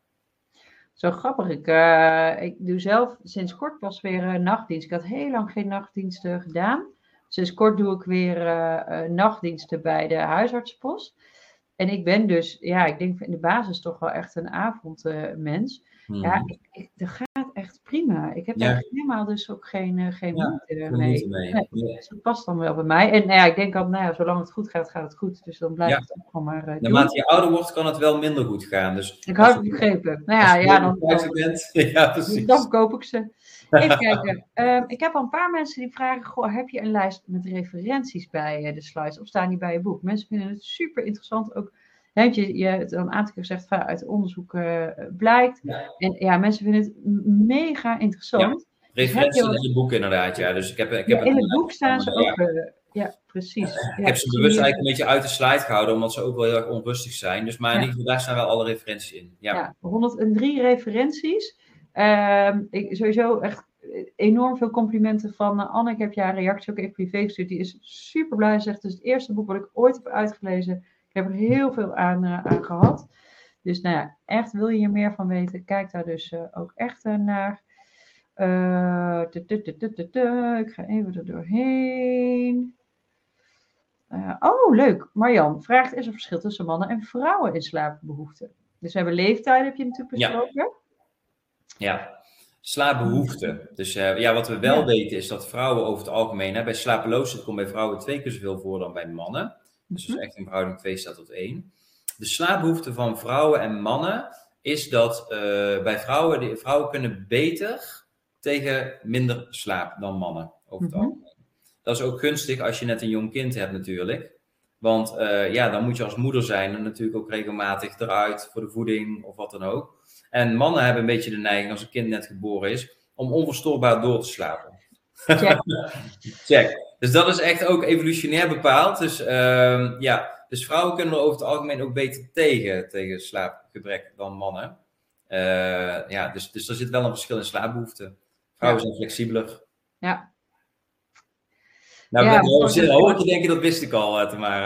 Zo grappig. Ik, uh, ik doe zelf sinds kort pas weer uh, nachtdienst. Ik had heel lang geen nachtdiensten gedaan. Sinds kort doe ik weer uh, uh, nachtdiensten bij de huisartsenpost. En ik ben dus, ja, ik denk in de basis toch wel echt een avondmens. Uh, hmm. Ja, ik, ik, dat gaat echt prima. Ik heb ja. daar helemaal dus ook geen, uh, geen ja, moeite mee. mee. Nee, ja. Dus dat past dan wel bij mij. En nou ja, ik denk altijd, nou ja, zolang het goed gaat, gaat het goed. Dus dan blijf ik ja. het gewoon maar uh, Naarmate je ouder wordt, kan het wel minder goed gaan. Dus ik had het begrepen. Nou ja, ja dan, dan, bent, ja, precies. dan koop ik ze. Even kijken. Uh, ik heb al een paar mensen die vragen, goh, heb je een lijst met referenties bij uh, de slides? Of staan die bij je boek? Mensen vinden het super interessant. Ook, hè, want je, je hebt al een aantal keer gezegd, uit het onderzoek uh, blijkt. Ja. En ja, mensen vinden het mega interessant. Ja. Referenties dus in het boek inderdaad, ja. Dus ik heb, ik heb ja, in het boek staan ze ook... Uh, ja, precies. Ja, ik heb ze bewust eigenlijk een beetje uit de slide gehouden, omdat ze ook wel heel erg onrustig zijn. Dus maar in ja. ieder geval, daar staan wel alle referenties in. Ja, ja honderddrie referenties. Uh, ik, sowieso echt enorm veel complimenten van uh, Anne. Ik heb jouw reactie ook even privé gestuurd. Die is super blij. Ze zegt, het is het eerste boek wat ik ooit heb uitgelezen. Ik heb er heel veel aan, uh, aan gehad. Dus nou ja, echt wil je hier meer van weten, kijk daar dus uh, ook echt uh, naar. Uh, tu, tu, tu, tu, tu, tu. Ik ga even er doorheen. Uh, oh, leuk. Marjan vraagt, is er verschil tussen mannen en vrouwen in slaapbehoeften? Dus we hebben leeftijd, heb je natuurlijk besproken. Ja, ja. Slaapbehoeften. Dus uh, ja, wat we wel ja. weten is dat vrouwen over het algemeen, hè, bij slapeloosheid komt bij vrouwen twee keer zoveel voor dan bij mannen. Dus dat is echt een verhouding twee staat tot één. De slaapbehoefte van vrouwen en mannen is dat uh, bij vrouwen, de, vrouwen kunnen beter tegen minder slaap dan mannen over het mm-hmm. algemeen. Dat is ook gunstig als je net een jong kind hebt natuurlijk. Want uh, ja, dan moet je als moeder zijn en natuurlijk ook regelmatig eruit voor de voeding of wat dan ook. En mannen hebben een beetje de neiging als een kind net geboren is om onverstoorbaar door te slapen. Check. Check. Dus dat is echt ook evolutionair bepaald. Dus uh, ja, dus vrouwen kunnen er over het algemeen ook beter tegen, tegen slaapgebrek dan mannen. Uh, ja, dus, dus er zit wel een verschil in slaapbehoeften. Vrouwen ja. zijn flexibeler. Ja. Nou, ja, ik hoor je denken, dat wist ik al, uh, Tamara.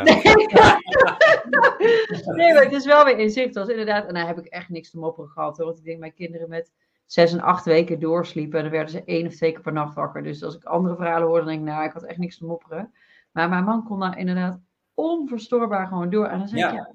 Nee, maar het is wel weer inzicht. Als inderdaad, en daar heb ik echt niks te mopperen gehad. Hoor, want ik denk, mijn kinderen met zes en acht weken doorsliepen. En dan werden ze één of twee keer per nacht wakker. Dus als ik andere verhalen hoorde, dan denk ik, nou, ik had echt niks te mopperen. Maar mijn man kon daar inderdaad onverstoorbaar gewoon door. En dan zeg ik, ja. ja,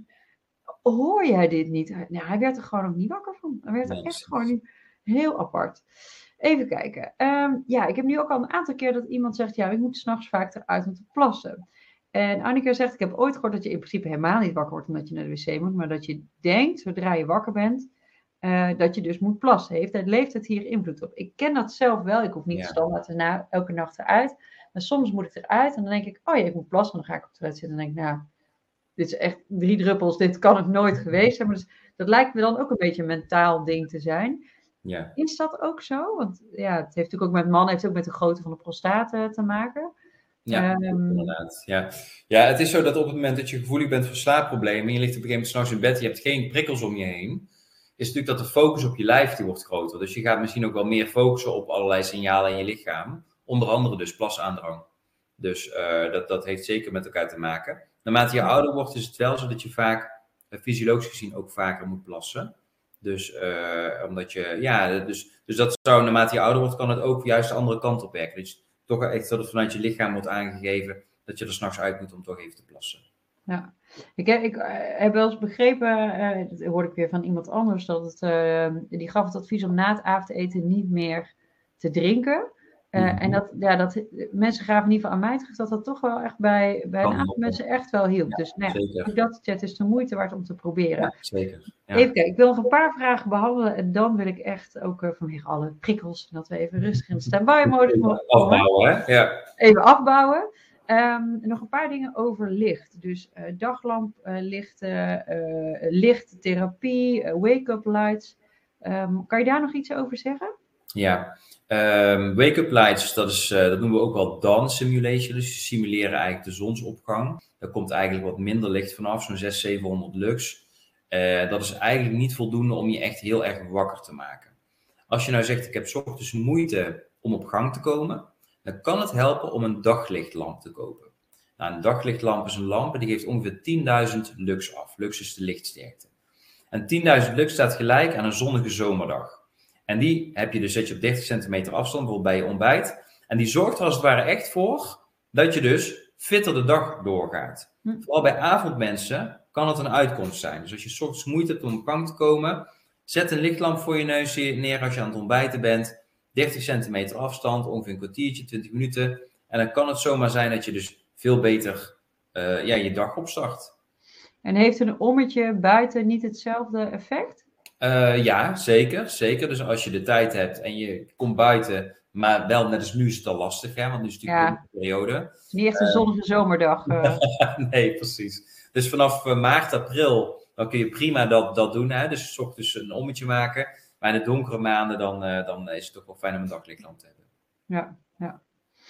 hoor jij dit niet? Nou, hij werd er gewoon ook niet wakker van. Hij werd er nee, echt gewoon niet heel apart. Even kijken. Um, ja, ik heb nu ook al een aantal keer dat iemand zegt, ja, ik moet 's nachts vaak eruit om te plassen. En Annika zegt, ik heb ooit gehoord dat je in principe helemaal niet wakker wordt omdat je naar de wc moet, maar dat je denkt, zodra je wakker bent, uh, dat je dus moet plassen. Heeft het leeftijd hier invloed op? Ik ken dat zelf wel. Ik hoef niet ja. standaard erna, elke nacht eruit. Maar soms moet ik eruit en dan denk ik, oh ja, ik moet plassen. En dan ga ik op de toilet zitten en denk ik, nou, dit is echt drie druppels, dit kan het nooit geweest zijn. Maar dus, dat lijkt me dan ook een beetje een mentaal ding te zijn. Ja. Is dat ook zo? Want ja, het heeft natuurlijk ook met mannen, heeft ook met de grootte van de prostaat uh, te maken. Ja, um, inderdaad. Ja. ja, het is zo dat op het moment dat je gevoelig bent voor slaapproblemen en je ligt op een gegeven moment 's nachts in bed en je hebt geen prikkels om je heen, is natuurlijk dat de focus op je lijf die wordt groter. Dus je gaat misschien ook wel meer focussen op allerlei signalen in je lichaam. Onder andere dus plasaandrang. Dus uh, dat, dat heeft zeker met elkaar te maken. Naarmate je ouder wordt is het wel zo dat je vaak, uh, fysiologisch gezien, ook vaker moet plassen. Dus, uh, omdat je, ja, dus, dus dat zou, naarmate je ouder wordt, kan het ook juist de andere kant op werken. Dus toch echt dat het vanuit je lichaam wordt aangegeven dat je er 's nachts uit moet om toch even te plassen. Ja, ik, ik uh, heb wel eens begrepen, uh, dat hoorde ik weer van iemand anders, dat het, uh, die gaf het advies om na het avondeten niet meer te drinken. Uh, mm-hmm. En dat, ja, dat mensen gaven in ieder geval aan mij terug dat dat toch wel echt bij, bij een aantal mensen echt wel hielp. Ja, dus nee, ja, dat chat is de moeite waard om te proberen. Ja, zeker. Ja. Even kijken, ik wil nog een paar vragen behandelen en dan wil ik echt ook uh, vanwege alle prikkels, dat we even rustig in de stand-by modus mogen komen. Afbouwen, hè? Ja. Even afbouwen. Um, nog een paar dingen over licht. Dus uh, daglamplichten, uh, lichttherapie, uh, wake-up lights. Um, kan je daar nog iets over zeggen? Ja, um, wake-up lights, dat, is, uh, dat noemen we ook wel dawn simulation. Dus die simuleren eigenlijk de zonsopgang. Daar komt eigenlijk wat minder licht vanaf, zo'n zeshonderd, zevenhonderd lux. Uh, dat is eigenlijk niet voldoende om je echt heel erg wakker te maken. Als je nou zegt, ik heb 's ochtends moeite om op gang te komen, dan kan het helpen om een daglichtlamp te kopen. Nou, een daglichtlamp is een lamp die geeft ongeveer tienduizend lux af. Lux is de lichtsterkte. En tienduizend lux staat gelijk aan een zonnige zomerdag. En die heb je dus, zet je op dertig centimeter afstand, bijvoorbeeld bij je ontbijt. En die zorgt er als het ware echt voor dat je dus fitter de dag doorgaat. Hm. Vooral bij avondmensen kan het een uitkomst zijn. Dus als je 's ochtends moeite hebt om op gang te komen, zet een lichtlamp voor je neus neer als je aan het ontbijten bent. dertig centimeter afstand, ongeveer een kwartiertje, twintig minuten. En dan kan het zomaar zijn dat je dus veel beter uh, ja, je dag opstart. En heeft een ommetje buiten niet hetzelfde effect? Uh, ja, zeker, zeker. Dus als je de tijd hebt en je komt buiten, maar wel net als nu is het al lastig, hè? Want nu is het natuurlijk ja. een periode. Niet echt een zonnige uh, zomerdag. Uh. Nee, precies. Dus vanaf uh, maart, april, dan kun je prima dat, dat doen. Hè? Dus 's ochtends een ommetje maken. Maar in de donkere maanden, dan, uh, dan is het toch wel fijn om een daglichtlamp te hebben. Ja, ja.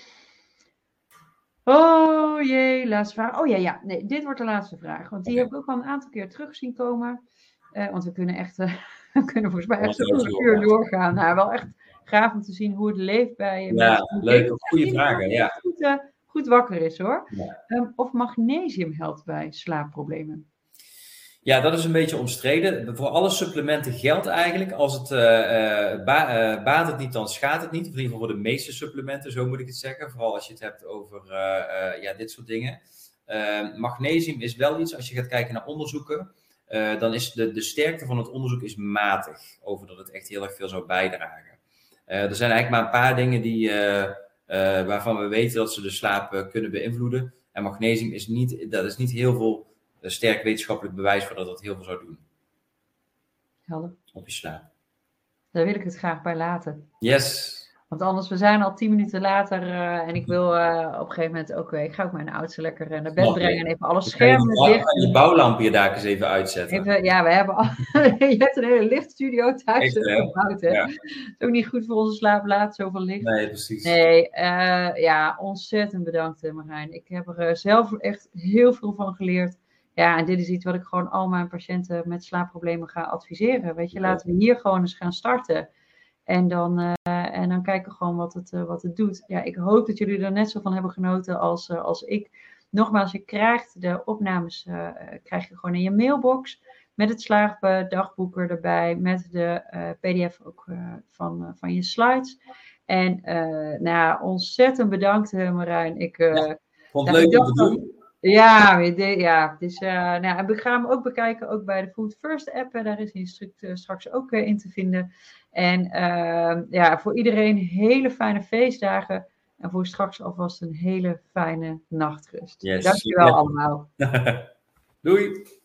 Oh jee, laatste vraag. Oh ja, ja. Nee, dit wordt de laatste vraag. Want die okay. heb ik ook al een aantal keer terug zien komen. Uh, want we kunnen echt, uh, we kunnen volgens mij echt zo'n uur doorgaan. Nou, wel echt gaaf om te zien hoe het leeft bij je. Ja, leuk. Goede vragen, ja. Goed, uh, goed wakker is hoor. Ja. Um, of magnesium helpt bij slaapproblemen. Ja, dat is een beetje omstreden. Voor alle supplementen geldt eigenlijk, als het uh, uh, ba uh, baat het niet, dan schaadt het niet. Of in ieder geval voor de meeste supplementen, zo moet ik het zeggen. Vooral als je het hebt over uh, uh, ja, dit soort dingen. Uh, magnesium is wel iets, als je gaat kijken naar onderzoeken, uh, dan is de, de sterkte van het onderzoek is matig, over dat het echt heel erg veel zou bijdragen. Uh, er zijn eigenlijk maar een paar dingen die, uh, uh, waarvan we weten dat ze de slaap uh, kunnen beïnvloeden. En magnesium is niet, dat is niet heel veel uh, sterk wetenschappelijk bewijs voor dat dat heel veel zou doen. Helder. Op je slaap. Daar wil ik het graag bij laten. Yes. Want anders, we zijn al tien minuten later uh, en ik wil uh, op een gegeven moment ook, uh, ik ga ook mijn oudste lekker uh, naar bed Okay. brengen en even alle schermen je, dicht. Je bouwlampje daar eens even uitzetten. Even, ja, we hebben al, je hebt een hele lichtstudio thuis Echt, gebouwd, hè? Ja. Dat is ook niet goed voor onze slaap, zoveel licht. Nee, precies. Nee, uh, ja, ontzettend bedankt Marijn. Ik heb er uh, zelf echt heel veel van geleerd. Ja, en dit is iets wat ik gewoon al mijn patiënten met slaapproblemen ga adviseren. Weet je, laten we hier gewoon eens gaan starten. En dan, uh, en dan kijken gewoon wat het, uh, wat het doet. Ja, ik hoop dat jullie er net zo van hebben genoten als, uh, als ik. Nogmaals, je krijgt de opnames uh, krijg je gewoon in je mailbox. Met het slaapdagboek erbij. Met de uh, P D F ook uh, van, uh, van je slides. En uh, nou, ontzettend bedankt Marijn. Ik uh, ja, vond het nou, leuk om te doen. Ja, ja, dus, uh, nou, en we gaan hem ook bekijken, ook bij de Food First app. Daar is hij uh, straks ook uh, in te vinden. En uh, ja, voor iedereen hele fijne feestdagen. En voor straks alvast een hele fijne nachtrust. Yes. Dankjewel yes. allemaal. Doei.